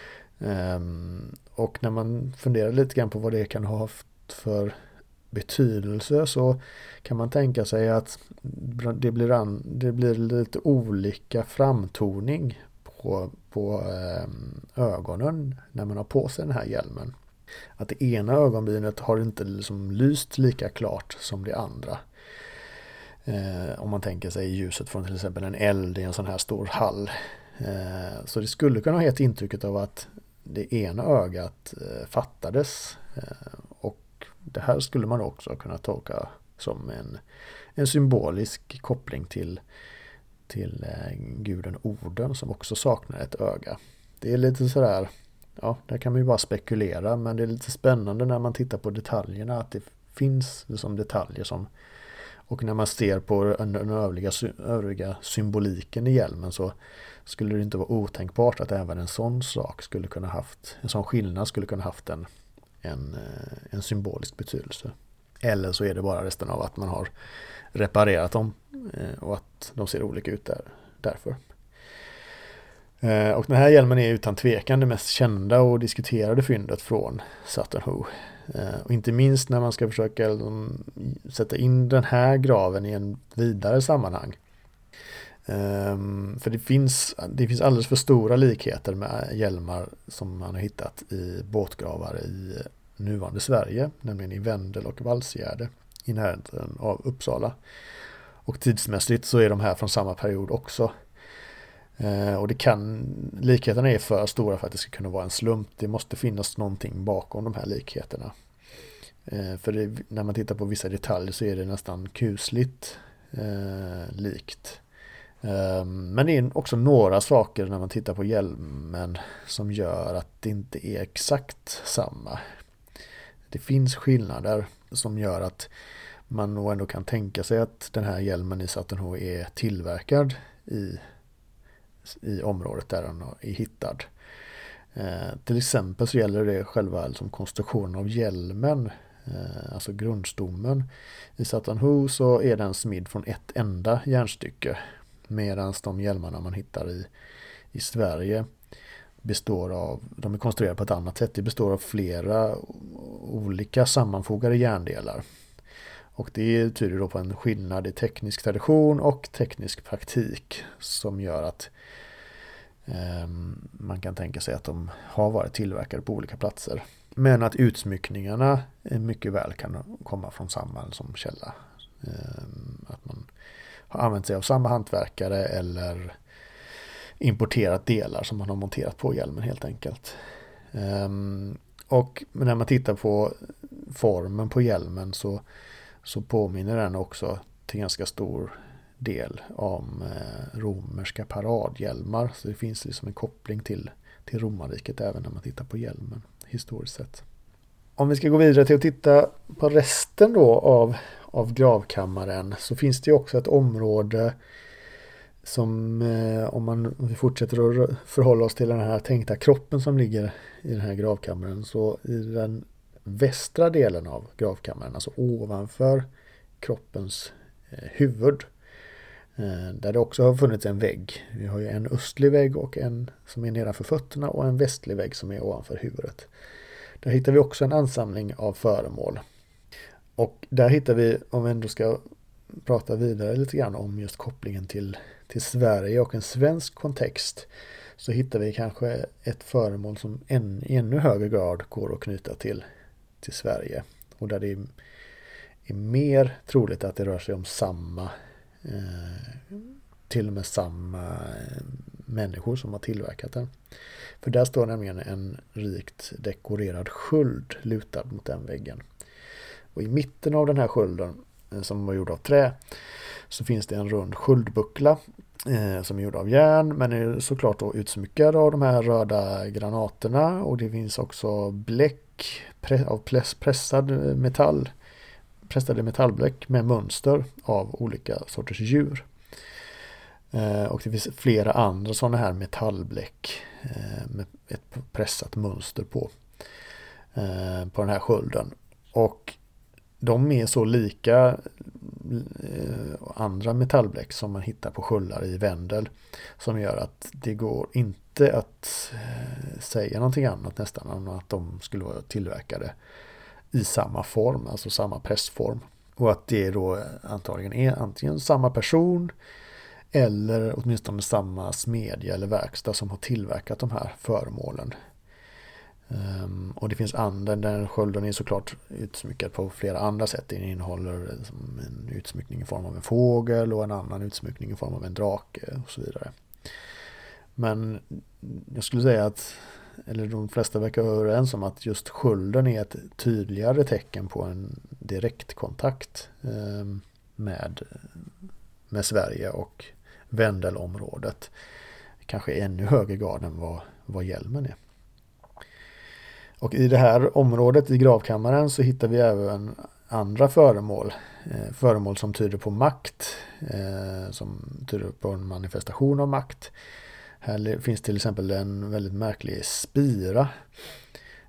Och när man funderar lite grann på vad det kan ha haft för betydelse, så kan man tänka sig att det blir lite olika framtoning på ögonen när man har på sig den här hjälmen. Att det ena ögonbrynet har inte liksom lyst lika klart som det andra. Om man tänker sig ljuset från till exempel en eld i en sån här stor hall. Så det skulle kunna ha gett intrycket av att det ena ögat fattades. Och det här skulle man också kunna tolka som en symbolisk koppling till guden Oden, som också saknar ett öga. Det är lite sådär, ja, där kan man ju bara spekulera, men det är lite spännande när man tittar på detaljerna, att det finns liksom detaljer som, och när man ser på den övriga symboliken i hjälmen, så skulle det inte vara otänkbart att även en sån sak skulle kunna haft, en sån skillnad skulle kunna haft en symbolisk betydelse. Eller så är det bara resten av att man har reparerat dem och att de ser olika ut därför. Och den här hjälmen är utan tvekan det mest kända och diskuterade fyndet från Sutton Hoo. Och inte minst när man ska försöka sätta in den här graven i en vidare sammanhang. För det finns alldeles för stora likheter med hjälmar som man har hittat i båtgravar i nuvarande Sverige, nämligen i Vendel och Valsgärde i närheten av Uppsala. Och tidsmässigt så är de här från samma period också. Och likheterna är för stora för att det ska kunna vara en slump. Det måste finnas någonting bakom de här likheterna. För när man tittar på vissa detaljer så är det nästan kusligt likt. Men det är också några saker när man tittar på hjälmen som gör att det inte är exakt samma. Det finns skillnader som gör att man nog ändå kan tänka sig att den här hjälmen i Sutton Hoo är tillverkad i området där den är hittad. Till exempel så gäller det själva konstruktionen av hjälmen, alltså grundstommen. I Sutton Hoo så är den smidd från ett enda järnstycke, medan de hjälmarna man hittar i Sverige de är konstruerade på ett annat sätt. Det består av flera olika sammanfogade järndelar. Och det tyder då på en skillnad i teknisk tradition och teknisk praktik som gör att man kan tänka sig att de har varit tillverkade på olika platser. Men att utsmyckningarna mycket väl kan komma från samma som källa. Att man har använt sig av samma hantverkare eller importerat delar som man har monterat på hjälmen helt enkelt. Och när man tittar på formen på hjälmen så påminner den också till ganska stor del om romerska paradhjälmar. Så det finns liksom en koppling till romarriket även när man tittar på hjälmen historiskt sett. Om vi ska gå vidare till att titta på resten då av gravkammaren så finns det ju också ett område som om vi fortsätter att förhålla oss till den här tänkta kroppen som ligger i den här gravkammaren, så i den västra delen av gravkammaren, alltså ovanför kroppens huvud, där det också har funnits en vägg. Vi har ju en östlig vägg och en som är nedanför fötterna och en västlig vägg som är ovanför huvudet. Där hittar vi också en ansamling av föremål. Och där hittar vi, om vi ändå ska prata vidare lite grann om just kopplingen till Sverige och en svensk kontext, så hittar vi kanske ett föremål som i ännu högre grad går att knyta till Sverige. Och där det är mer troligt att det rör sig om till och med samma människor som har tillverkat den. För där står nämligen en rikt dekorerad sköld lutad mot den väggen. Och i mitten av den här skölden, som var gjord av trä, så finns det en rund sköldbuckla som är gjord av järn, men är såklart då utsmyckad av de här röda granaterna, och det finns också bläck av pressade metallbläck med mönster av olika sorters djur. Och det finns flera andra sådana här metallbläck med ett pressat mönster på den här skölden. Och de är så lika andra metallbläck som man hittar på sköldar i Vendel, som gör att det går inte att säga någonting annat nästan än att de skulle vara tillverkade i samma form, alltså samma pressform. Och att det då antagligen är antingen samma person eller åtminstone samma smedja eller verkstad som har tillverkat de här föremålen. Och det finns andra, den skölden är såklart utsmyckad på flera andra sätt. Den innehåller en utsmyckning i form av en fågel och en annan utsmyckning i form av en drake och så vidare. Men jag skulle säga att, eller de flesta verkar vara överens om att just skölden är ett tydligare tecken på en direktkontakt med Sverige och Vendelområdet. Kanske i ännu högre grad än vad hjälmen är. Och i det här området i gravkammaren så hittar vi även andra föremål. Föremål som tyder på makt, som tyder på en manifestation av makt. Här finns till exempel en väldigt märklig spira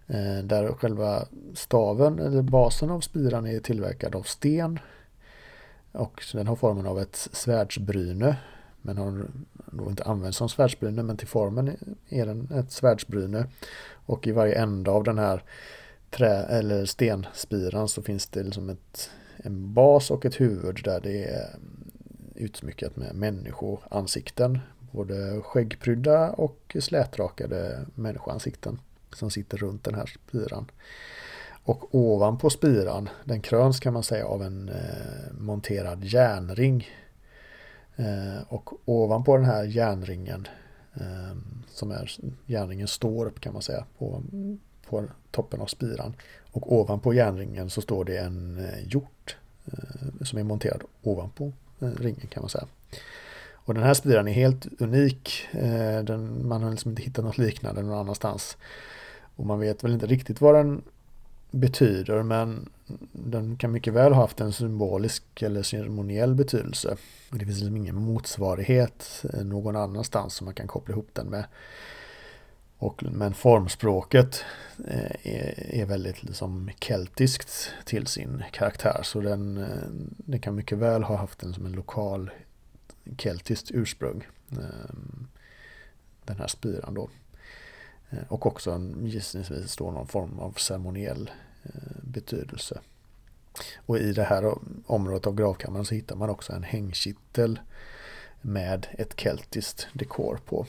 Där själva staven eller basen av spiran är tillverkad av sten. Och den har formen av ett svärdsbryne. Men har då inte använts som svärdsbryne, men till formen är den ett svärdsbryne. Och i varje ända av den här eller stenspiran så finns det liksom en bas och ett huvud där det är utsmyckat med människoansikten. Både skäggprydda och slätrakade människoansikten som sitter runt den här spiran. Och ovanpå spiran, den kröns kan man säga av en monterad järnring. Och ovanpå den här järnringen, som är järnringen står upp kan man säga på toppen av spiran. Och ovanpå järnringen så står det en hjort som är monterad ovanpå ringen kan man säga. Och den här spiran är helt unik. Man har liksom inte hittat något liknande någon annanstans. Och man vet väl inte riktigt vad den betyder, men den kan mycket väl ha haft en symbolisk eller ceremoniell betydelse. Och det finns liksom ingen motsvarighet någon annanstans som man kan koppla ihop den med. Men formspråket är väldigt liksom keltiskt till sin karaktär, så den kan mycket väl ha haft den som en lokal keltiskt ursprung, den här spiran då. Och också gissningsvis står någon form av ceremoniell betydelse. Och i det här området av gravkammaren så hittar man också en hängkittel med ett keltiskt dekor på.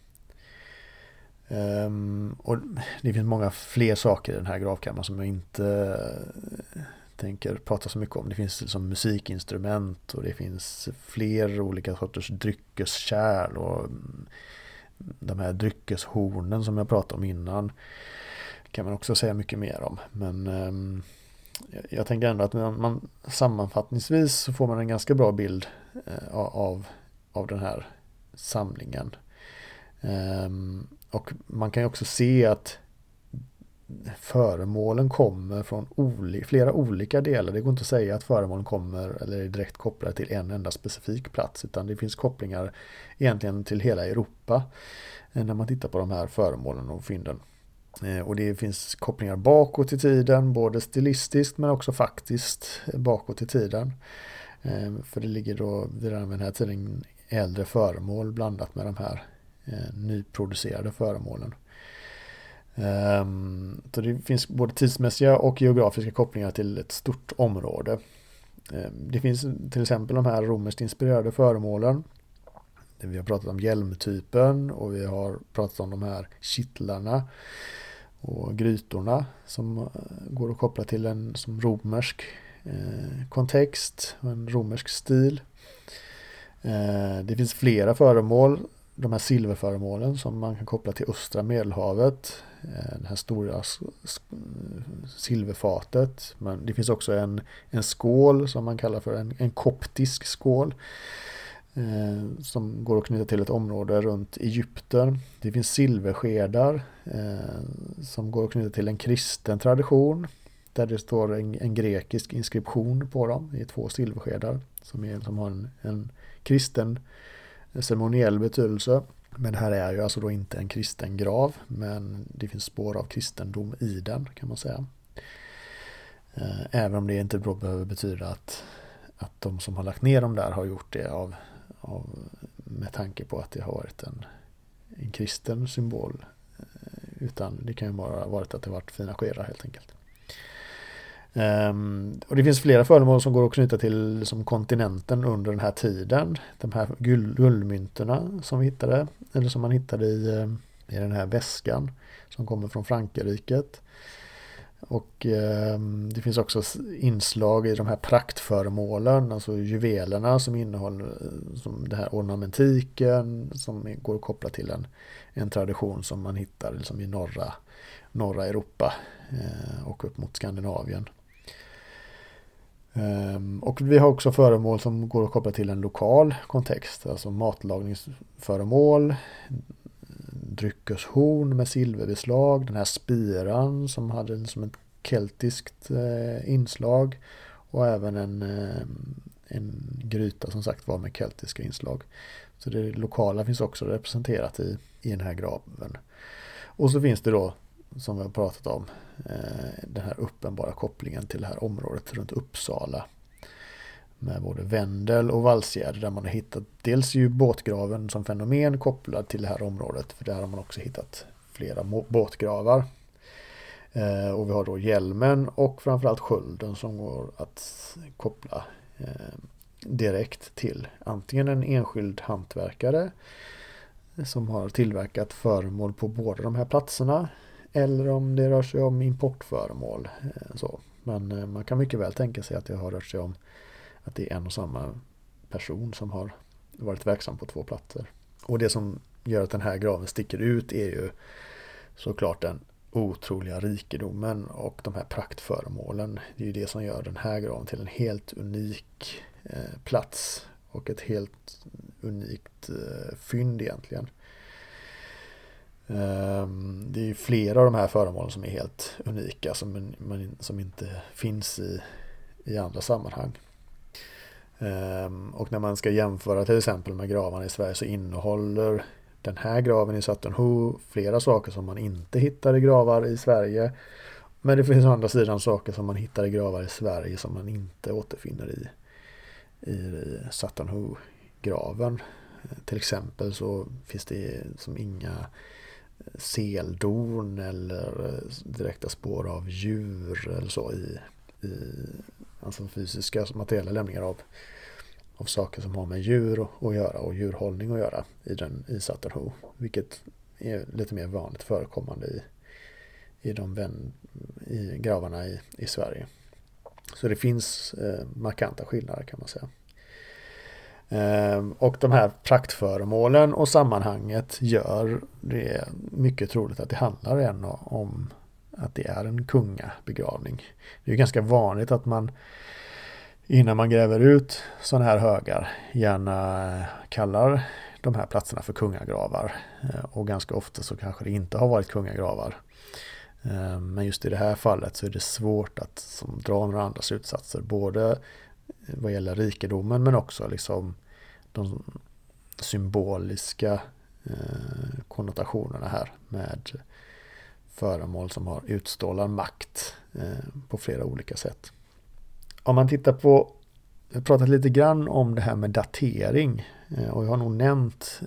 Och det finns många fler saker i den här gravkammaren som jag inte tänker prata så mycket om. Det finns liksom musikinstrument och det finns fler olika sorters dryckeskärl och de här dryckeshornen som jag pratade om innan kan man också säga mycket mer om. Men jag tänker ändå att man sammanfattningsvis så får man en ganska bra bild av den här samlingen. Och man kan ju också se att föremålen kommer från flera olika delar. Det går inte att säga att föremålen kommer eller är direkt kopplade till en enda specifik plats, utan det finns kopplingar egentligen till hela Europa när man tittar på de här föremålen och fynden. Och det finns kopplingar bakåt i tiden, både stilistiskt men också faktiskt bakåt i tiden. För det ligger då vid den här tiden äldre föremål blandat med de här nyproducerade föremålen. Så det finns både tidsmässiga och geografiska kopplingar till ett stort område. Det finns till exempel de här romerskt inspirerade föremålen. Vi har pratat om hjälmtypen och vi har pratat om de här kittlarna och grytorna som går att koppla till en som romersk kontext och en romersk stil. Det finns flera föremål, de här silverföremålen som man kan koppla till östra Medelhavet, det här stora silverfatet. Men det finns också en skål som man kallar för en koptisk skål som går att knyta till ett område runt Egypten. Det finns silverskedar som går att knyta till en kristen tradition där det står en grekisk inskription på dem. Det är 2 silverskedar som har en kristen ceremoniell betydelse. Men det här är ju alltså då inte en kristen grav, men det finns spår av kristendom i den kan man säga. Även om det inte behöver betyda att de som har lagt ner dem där har gjort det med tanke på att det har varit en kristen symbol, utan det kan ju bara ha varit att det har varit fina skedar helt enkelt. Och det finns flera föremål som går att knyta till som kontinenten under den här tiden. De här guldmyntorna som vi hittade, eller som man hittade i den här väskan som kommer från Frankrike. Och det finns också inslag i de här praktföremålen, alltså juvelerna som innehåller som det här ornamentiken som går att koppla till en tradition som man hittar liksom i norra Europa och upp mot Skandinavien. Och vi har också föremål som går att koppla till en lokal kontext, alltså matlagningsföremål, dryckeshorn med silverbeslag, den här spiran som hade som ett keltiskt inslag och även en gryta som sagt var med keltiska inslag. Så det lokala finns också representerat i den här graven. Och så finns det då som vi har pratat om, den här uppenbara kopplingen till det här området runt Uppsala med både Vendel och Valsgärde, där man har hittat dels ju båtgraven som fenomen kopplad till det här området, för där har man också hittat flera båtgravar. Och vi har då Hjälmen och framförallt Skölden som går att koppla direkt till antingen en enskild hantverkare som har tillverkat föremål på båda de här platserna, eller om det rör sig om importföremål. Men man kan mycket väl tänka sig att det har rört sig om att det är en och samma person som har varit verksam på 2 platser. Och det som gör att den här graven sticker ut är ju såklart den otroliga rikedomen och de här praktföremålen. Det är ju det som gör den här graven till en helt unik plats och ett helt unikt fynd egentligen. Det är ju flera av de här föremålen som är helt unika som inte finns i andra sammanhang. Och när man ska jämföra till exempel med gravarna i Sverige, så innehåller den här graven i Sutton Hoo flera saker som man inte hittar i gravar i Sverige. Men det finns å andra sidan saker som man hittar i gravar i Sverige som man inte återfinner i Sutton Hoo-graven. Till exempel så finns det som inga seldorn eller direkta spår av djur eller så i alltså fysiska materiella lämningar av saker som har med djur att göra och djurhållning att göra i Sutton Hoo, vilket är lite mer vanligt förekommande i gravarna i Sverige. Så det finns markanta skillnader kan man säga. Och de här praktföremålen och sammanhanget gör det mycket troligt att det handlar om att det är en kungabegravning. Det är ju ganska vanligt att man innan man gräver ut sådana här högar gärna kallar de här platserna för kungagravar. Och ganska ofta så kanske det inte har varit kungagravar. Men just i det här fallet så är det svårt att dra några andra slutsatser. Både vad gäller rikedomen men också liksom de symboliska konnotationerna här med föremål som har utstrålar makt på flera olika sätt. Om man tittar på, jag har pratat lite grann om det här med datering och jag har nog nämnt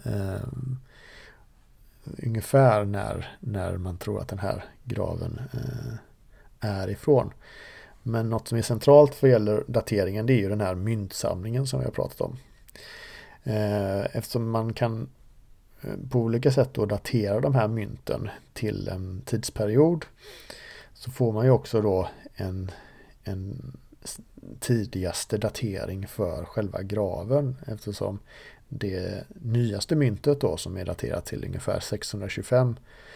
ungefär när man tror att den här graven är ifrån. Men något som är centralt vad gäller dateringen, det är ju den här myntsamlingen som vi har pratat om. Eftersom man kan på olika sätt då datera de här mynten till en tidsperiod, så får man ju också då en tidigaste datering för själva graven, eftersom det nyaste myntet då som är daterat till ungefär 625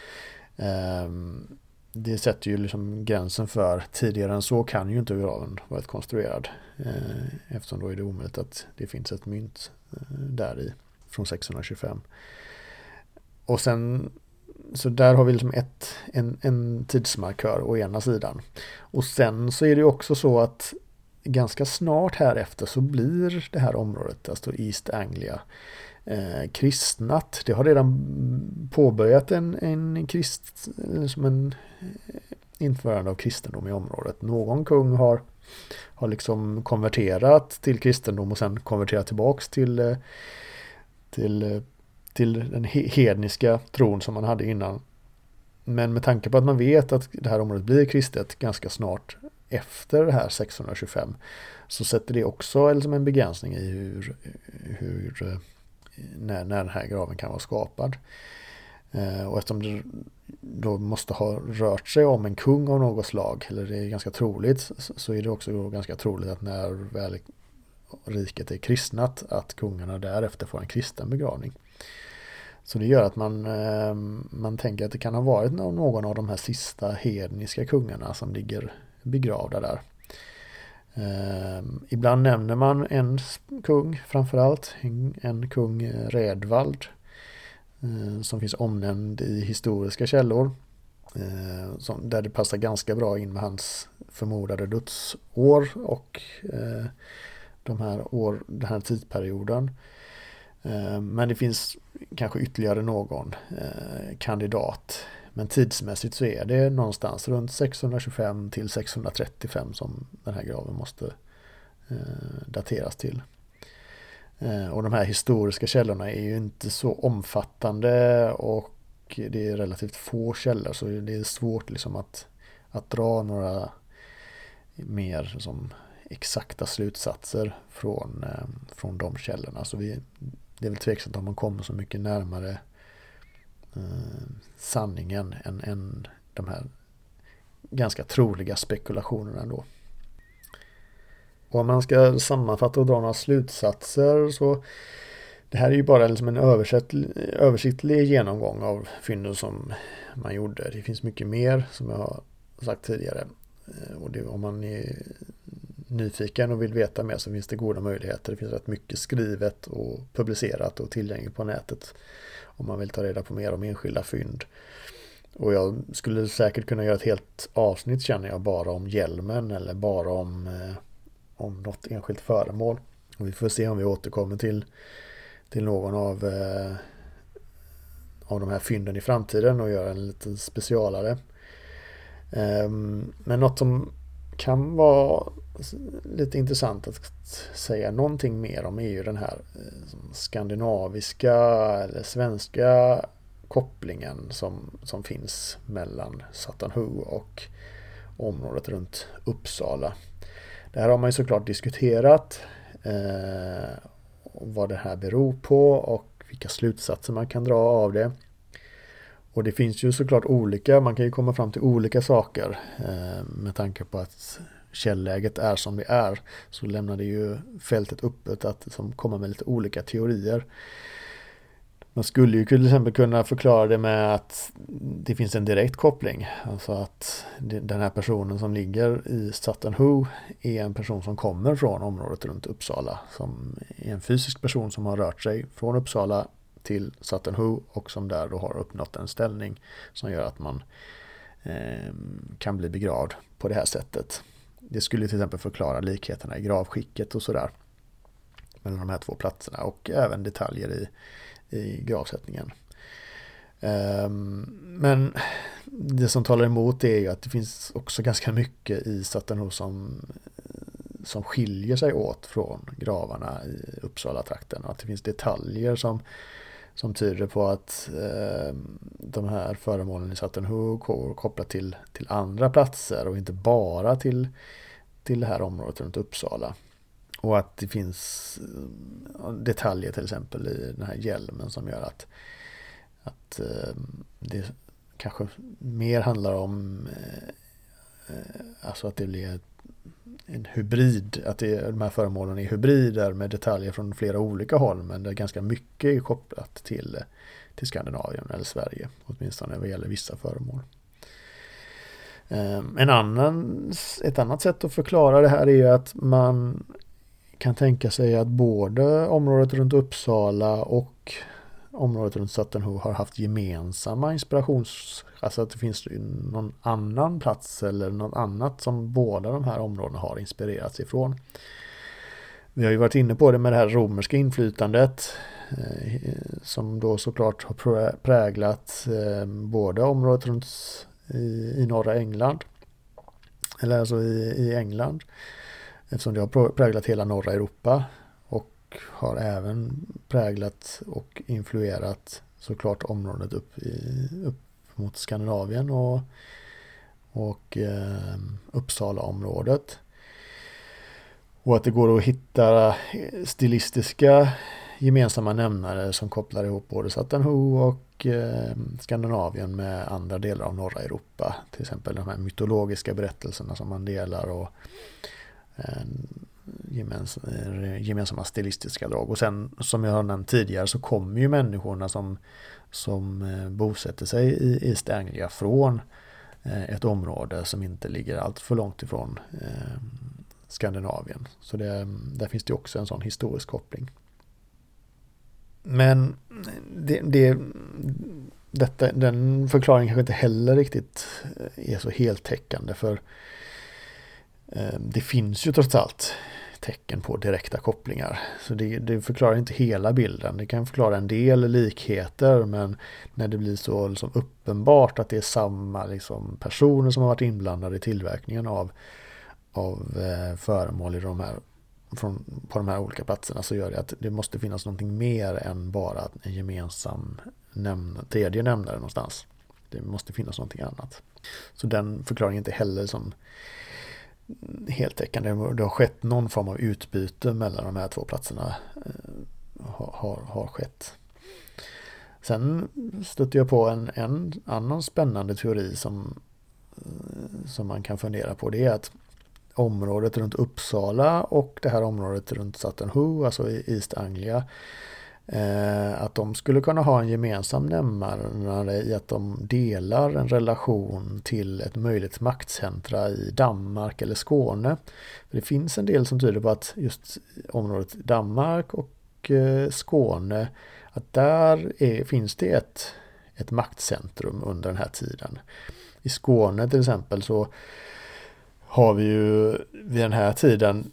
det sätter ju liksom gränsen för tidigare än så kan ju inte graven varit konstruerad, eftersom då är det omöjligt att det finns ett mynt där i från 625. Och sen så där har vi liksom en tidsmarkör å ena sidan. Och sen så är det också så att ganska snart här efter så blir det här området, alltså East Anglia, kristnat. Det har redan påbörjat en införande av kristendom i området. Någon kung har liksom konverterat till kristendom och sen konverterat tillbaks till den hedniska tron som man hade innan. Men med tanke på att man vet att det här området blir kristet ganska snart efter det här 625, så sätter det också liksom en begränsning i när den här graven kan vara skapad. Och eftersom det då måste ha rört sig om en kung av något slag, eller det är ganska troligt, så är det också ganska troligt att när väl riket är kristnat att kungarna därefter får en kristen begravning. Så det gör att man tänker att det kan ha varit någon av de här sista hedniska kungarna som ligger begravda där. Ibland nämner man en kung framförallt, en kung Redvald, som finns omnämnd i historiska källor, där det passar ganska bra in med hans förmodade dödsår och den här tidsperioden. Men det finns kanske ytterligare någon kandidat Men tidsmässigt så är det någonstans runt 625 till 635 som den här graven måste dateras till. Och de här historiska källorna är ju inte så omfattande och det är relativt få källor, så det är svårt liksom att dra några mer som exakta slutsatser från de källorna. Så det är väl tveksamt om man kommer så mycket närmare sanningen än de här ganska troliga spekulationerna ändå. Och om man ska sammanfatta och dra några slutsatser, så det här är ju bara liksom en översiktlig genomgång av fynden som man gjorde. Det finns mycket mer som jag har sagt tidigare. Och om man är nyfiken och vill veta mer så finns det goda möjligheter. Det finns rätt mycket skrivet och publicerat och tillgängligt på nätet om man vill ta reda på mer om enskilda fynd. Och jag skulle säkert kunna göra ett helt avsnitt, känner jag, bara om hjälmen eller bara om något enskilt föremål. Och vi får se om vi återkommer till någon av de här fynden i framtiden och göra en lite specialare. Men något som kan vara lite intressant att säga någonting mer om är ju den här skandinaviska eller svenska kopplingen som finns mellan Sutton Hoo och området runt Uppsala. Det här har man ju såklart diskuterat vad det här beror på och vilka slutsatser man kan dra av det. Och det finns ju såklart man kan ju komma fram till olika saker med tanke på att källläget är som det är, så lämnar det ju fältet öppet att komma med lite olika teorier. Man skulle ju till exempel kunna förklara det med att det finns en direkt koppling. Alltså att den här personen som ligger i Sutton Hoo är en person som kommer från området runt Uppsala. Som är en fysisk person som har rört sig från Uppsala till Sutton Hoo och som där då har uppnått en ställning som gör att man kan bli begravd på det här sättet. Det skulle till exempel förklara likheterna i gravskicket och sådär mellan de här två platserna och även detaljer i gravsättningen. Men det som talar emot är ju att det finns också ganska mycket i Sutton Hoo som skiljer sig åt från gravarna i Uppsala-trakten, och att det finns detaljer som tyder på att de här föremålen i Sutton Hoo går kopplat till andra platser och inte bara till det här området runt Uppsala. Och att det finns detaljer till exempel i den här hjälmen som gör att det kanske mer handlar om alltså att det blir en hybrid, att de här föremålen är hybrider med detaljer från flera olika håll, men det är ganska mycket är kopplat till Skandinavien eller Sverige, åtminstone vad gäller vissa föremål. Ett annat sätt att förklara det här är ju att man kan tänka sig att både området runt Uppsala och området runt Sutton Hoo har haft gemensamma alltså att det finns någon annan plats eller något annat som båda de här områdena har inspirerats ifrån. Vi har ju varit inne på det med det här romerska inflytandet som då såklart har präglat både området runt i norra England, eller alltså i England, eftersom det har präglat hela norra Europa, och har även präglat och influerat såklart området upp mot Skandinavien och Uppsala-området. Och att det går att hitta stilistiska gemensamma nämnare som kopplar ihop både Sutton Hoo och Skandinavien med andra delar av norra Europa. Till exempel de här mytologiska berättelserna som man delar och gemensamma stilistiska drag. Och sen, som jag har nämnt tidigare, så kommer ju människorna som bosätter sig i East Anglia från ett område som inte ligger allt för långt ifrån Skandinavien. Så där finns det också en sån historisk koppling. Men den förklaringen kanske inte heller riktigt är så heltäckande, för det finns ju trots allt tecken på direkta kopplingar. Så det förklarar inte hela bilden. Det kan förklara en del likheter, men när det blir så liksom uppenbart att det är samma liksom personer som har varit inblandade i tillverkningen av föremål på de här olika platserna, så gör det att det måste finnas någonting mer än bara en gemensam tredje nämnare någonstans. Det måste finnas någonting annat. Så den förklaringen är inte heller som heltäckande. Det har skett någon form av utbyte mellan de här två platserna. Har skett. Sen stötte jag på en annan spännande teori som man kan fundera på. Det är att området runt Uppsala och det här området runt Sutton Hoo, alltså i East Anglia, att de skulle kunna ha en gemensam nämnare i att de delar en relation till ett möjligt maktcentra i Danmark eller Skåne. För det finns en del som tyder på att just området Danmark och Skåne, att där finns det ett maktcentrum under den här tiden. I Skåne till exempel så har vi ju vid den här tiden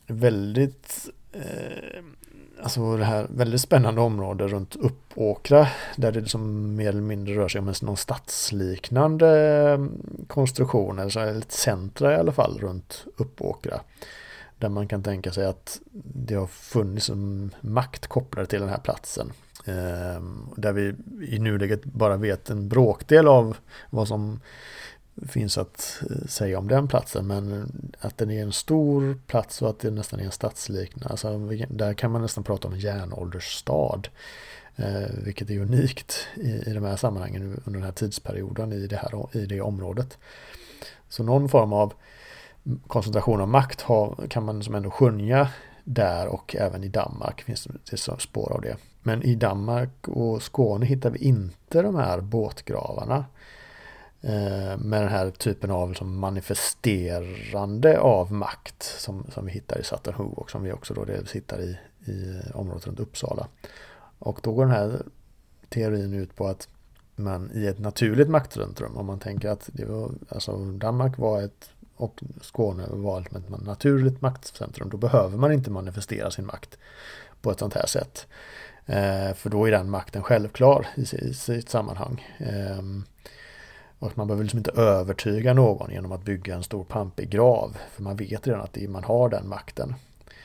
det här väldigt spännande område runt Uppåkra, där det liksom mer eller mindre rör sig om någon stadsliknande konstruktion, eller ett centra i alla fall runt Uppåkra, där man kan tänka sig att det har funnits en makt kopplad till den här platsen, där vi i nuläget bara vet en bråkdel av vad som finns att säga om den platsen, men att den är en stor plats och att det nästan är en stadsliknande. Alltså, där kan man nästan prata om en järnåldersstad, vilket är unikt i de här sammanhangen under den här tidsperioden i det området. Så någon form av koncentration av makt kan man som ändå skönja där, och även i Danmark finns det spår av det. Men i Danmark och Skåne hittar vi inte de här båtgravarna med den här typen av liksom manifesterande av makt som vi hittar i Sutton Hoo, och som vi också då hittar i området runt Uppsala. Och då går den här teorin ut på att man i ett naturligt maktcentrum, om man tänker att Danmark var och Skåne var ett naturligt maktcentrum, då behöver man inte manifestera sin makt på ett sånt här sätt. För då är den makten självklar i sitt sammanhang. Och man behöver liksom inte övertyga någon genom att bygga en stor pampig grav, för man vet redan att man har den makten.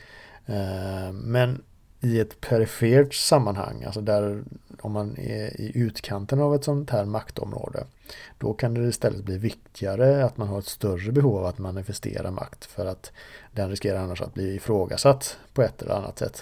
Men i ett perifert sammanhang, alltså där om man är i utkanten av ett sånt här maktområde, då kan det istället bli viktigare att man har ett större behov av att manifestera makt, för att den riskerar annars att bli ifrågasatt på ett eller annat sätt.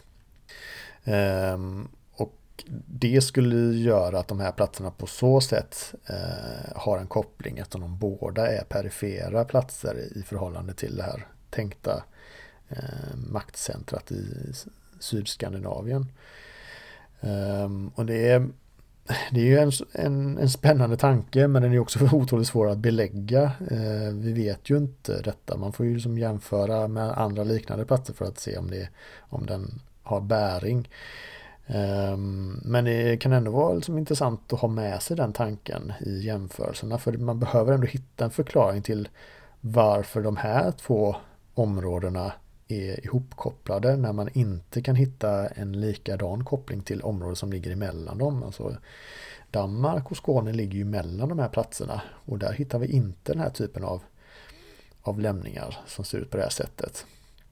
Det skulle göra att de här platserna på så sätt har en koppling, eftersom de båda är perifera platser i förhållande till det här tänkta maktcentrat i Sydskandinavien. Och det är ju en spännande tanke, men den är också otroligt svår att belägga. Vi vet ju inte detta. Man får ju liksom jämföra med andra liknande platser för att se om den har bäring. Men det kan ändå vara liksom intressant att ha med sig den tanken i jämförelserna, för man behöver ändå hitta en förklaring till varför de här två områdena är ihopkopplade, när man inte kan hitta en likadan koppling till områden som ligger emellan dem. Alltså Danmark och Skåne ligger ju mellan de här platserna, och där hittar vi inte den här typen av lämningar som ser ut på det här sättet.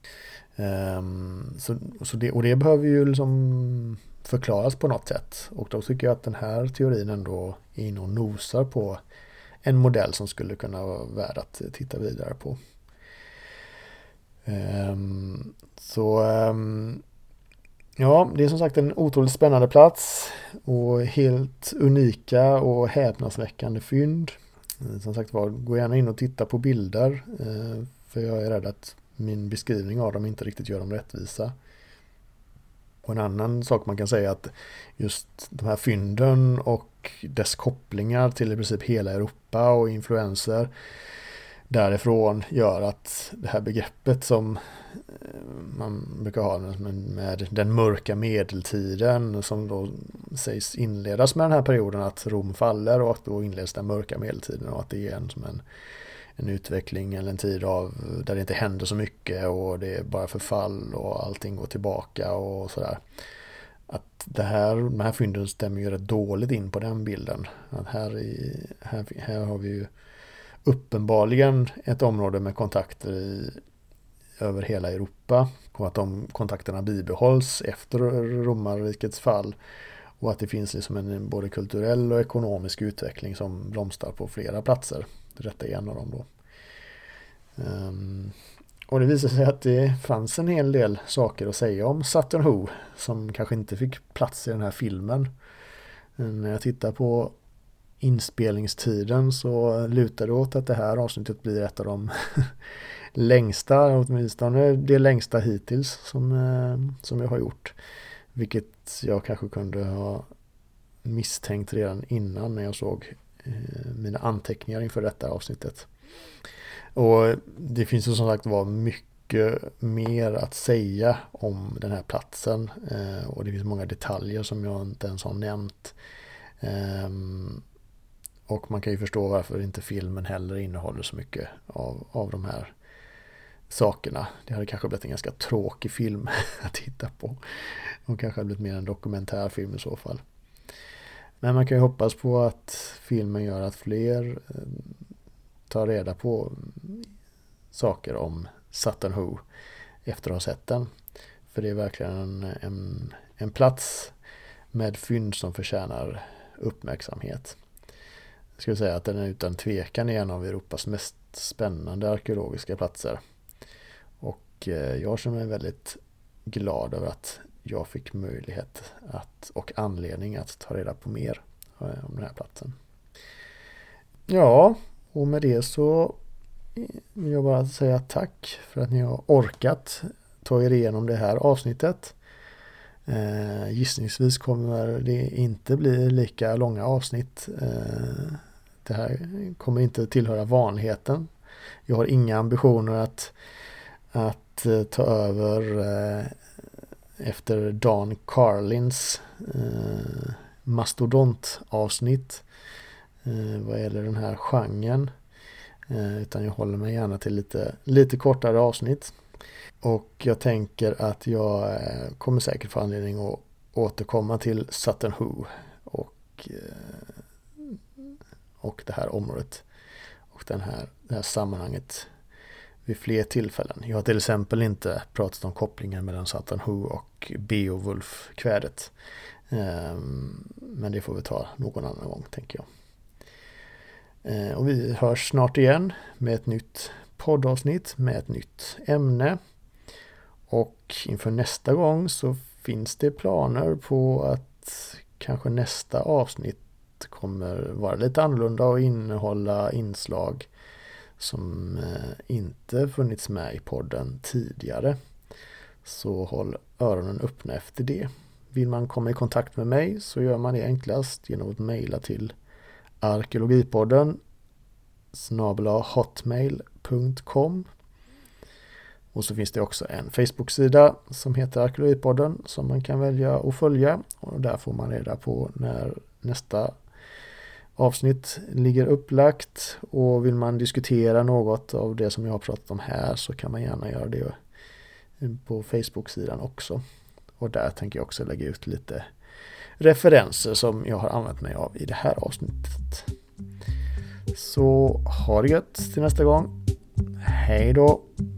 Det behöver ju liksom förklaras på något sätt, och då tycker jag att den här teorin ändå är inne och nosar på en modell som skulle kunna vara värd att titta vidare på. Ja, det är som sagt en otroligt spännande plats och helt unika och häpnadsväckande fynd. Som sagt var, gå gärna in och titta på bilder, för jag är rädd att min beskrivning av dem inte riktigt gör dem rättvisa. Och en annan sak man kan säga, att just de här fynden och dess kopplingar till i princip hela Europa och influenser därifrån gör att det här begreppet som man brukar ha med den mörka medeltiden, som då sägs inledas med den här perioden att Rom faller, och att då inleds den mörka medeltiden, och att det är som en utveckling eller en tid av där det inte händer så mycket och det är bara förfall och allting går tillbaka och sådär. Att de här fynden stämmer ju rätt dåligt in på den bilden. Att här har vi ju uppenbarligen ett område med kontakter över hela Europa och att de kontakterna bibehålls efter romarrikets fall och att det finns liksom en både kulturell och ekonomisk utveckling som blomstrar på flera platser. Detta är en av dem då. Och det visar sig att det fanns en hel del saker att säga om Saturn Who som kanske inte fick plats i den här filmen. När jag tittar på inspelningstiden så lutar det åt att det här avsnittet blir ett av de längsta, åtminstone det längsta hittills som jag har gjort. Vilket jag kanske kunde ha misstänkt redan innan när jag såg mina anteckningar inför detta avsnittet. Och det finns ju som sagt var mycket mer att säga om den här platsen och det finns många detaljer som jag inte ens har nämnt. Och man kan ju förstå varför inte filmen heller innehåller så mycket av de här sakerna. Det hade kanske blivit en ganska tråkig film att titta på. Och kanske hade blivit mer en dokumentärfilm i så fall. Men man kan ju hoppas på att filmen gör att fler tar reda på saker om Saturn Who efter att ha sett den. För det är verkligen en plats med fynd som förtjänar uppmärksamhet. Jag skulle säga att den är utan tvekan en av Europas mest spännande arkeologiska platser. Och jag känner mig väldigt glad över att jag fick möjlighet och anledning att ta reda på mer om den här platsen. Ja, och med det så vill jag bara säga tack för att ni har orkat ta er igenom det här avsnittet. Gissningsvis kommer det inte bli lika långa avsnitt. Det här kommer inte tillhöra vanligheten. Jag har inga ambitioner att ta över efter Dan Carlins mastodontavsnitt vad gäller den här genren. Utan jag håller mig gärna till lite kortare avsnitt. Och jag tänker att jag kommer säkert få anledning att återkomma till Saturn Who och det här området och det här sammanhanget vid fler tillfällen. Jag har till exempel inte pratat om kopplingen mellan Saturn Who och Beowulf-kvädet. Men det får vi ta någon annan gång, tänker jag. Och vi hörs snart igen med ett nytt poddavsnitt med ett nytt ämne. Och inför nästa gång så finns det planer på att kanske nästa avsnitt kommer vara lite annorlunda och innehålla inslag som inte funnits med i podden tidigare. Så håll öronen öppna efter det. Vill man komma i kontakt med mig så gör man det enklast genom att mejla till arkeologipodden@hotmail.com. Och så finns det också en Facebook-sida som heter Arkeologipodden som man kan välja att följa. Och där får man reda på när nästa avsnitt ligger upplagt. Och vill man diskutera något av det som jag har pratat om här så kan man gärna göra det på Facebook-sidan också. Och där tänker jag också lägga ut lite referenser som jag har använt mig av i det här avsnittet. Så ha det gött till nästa gång. Hej då!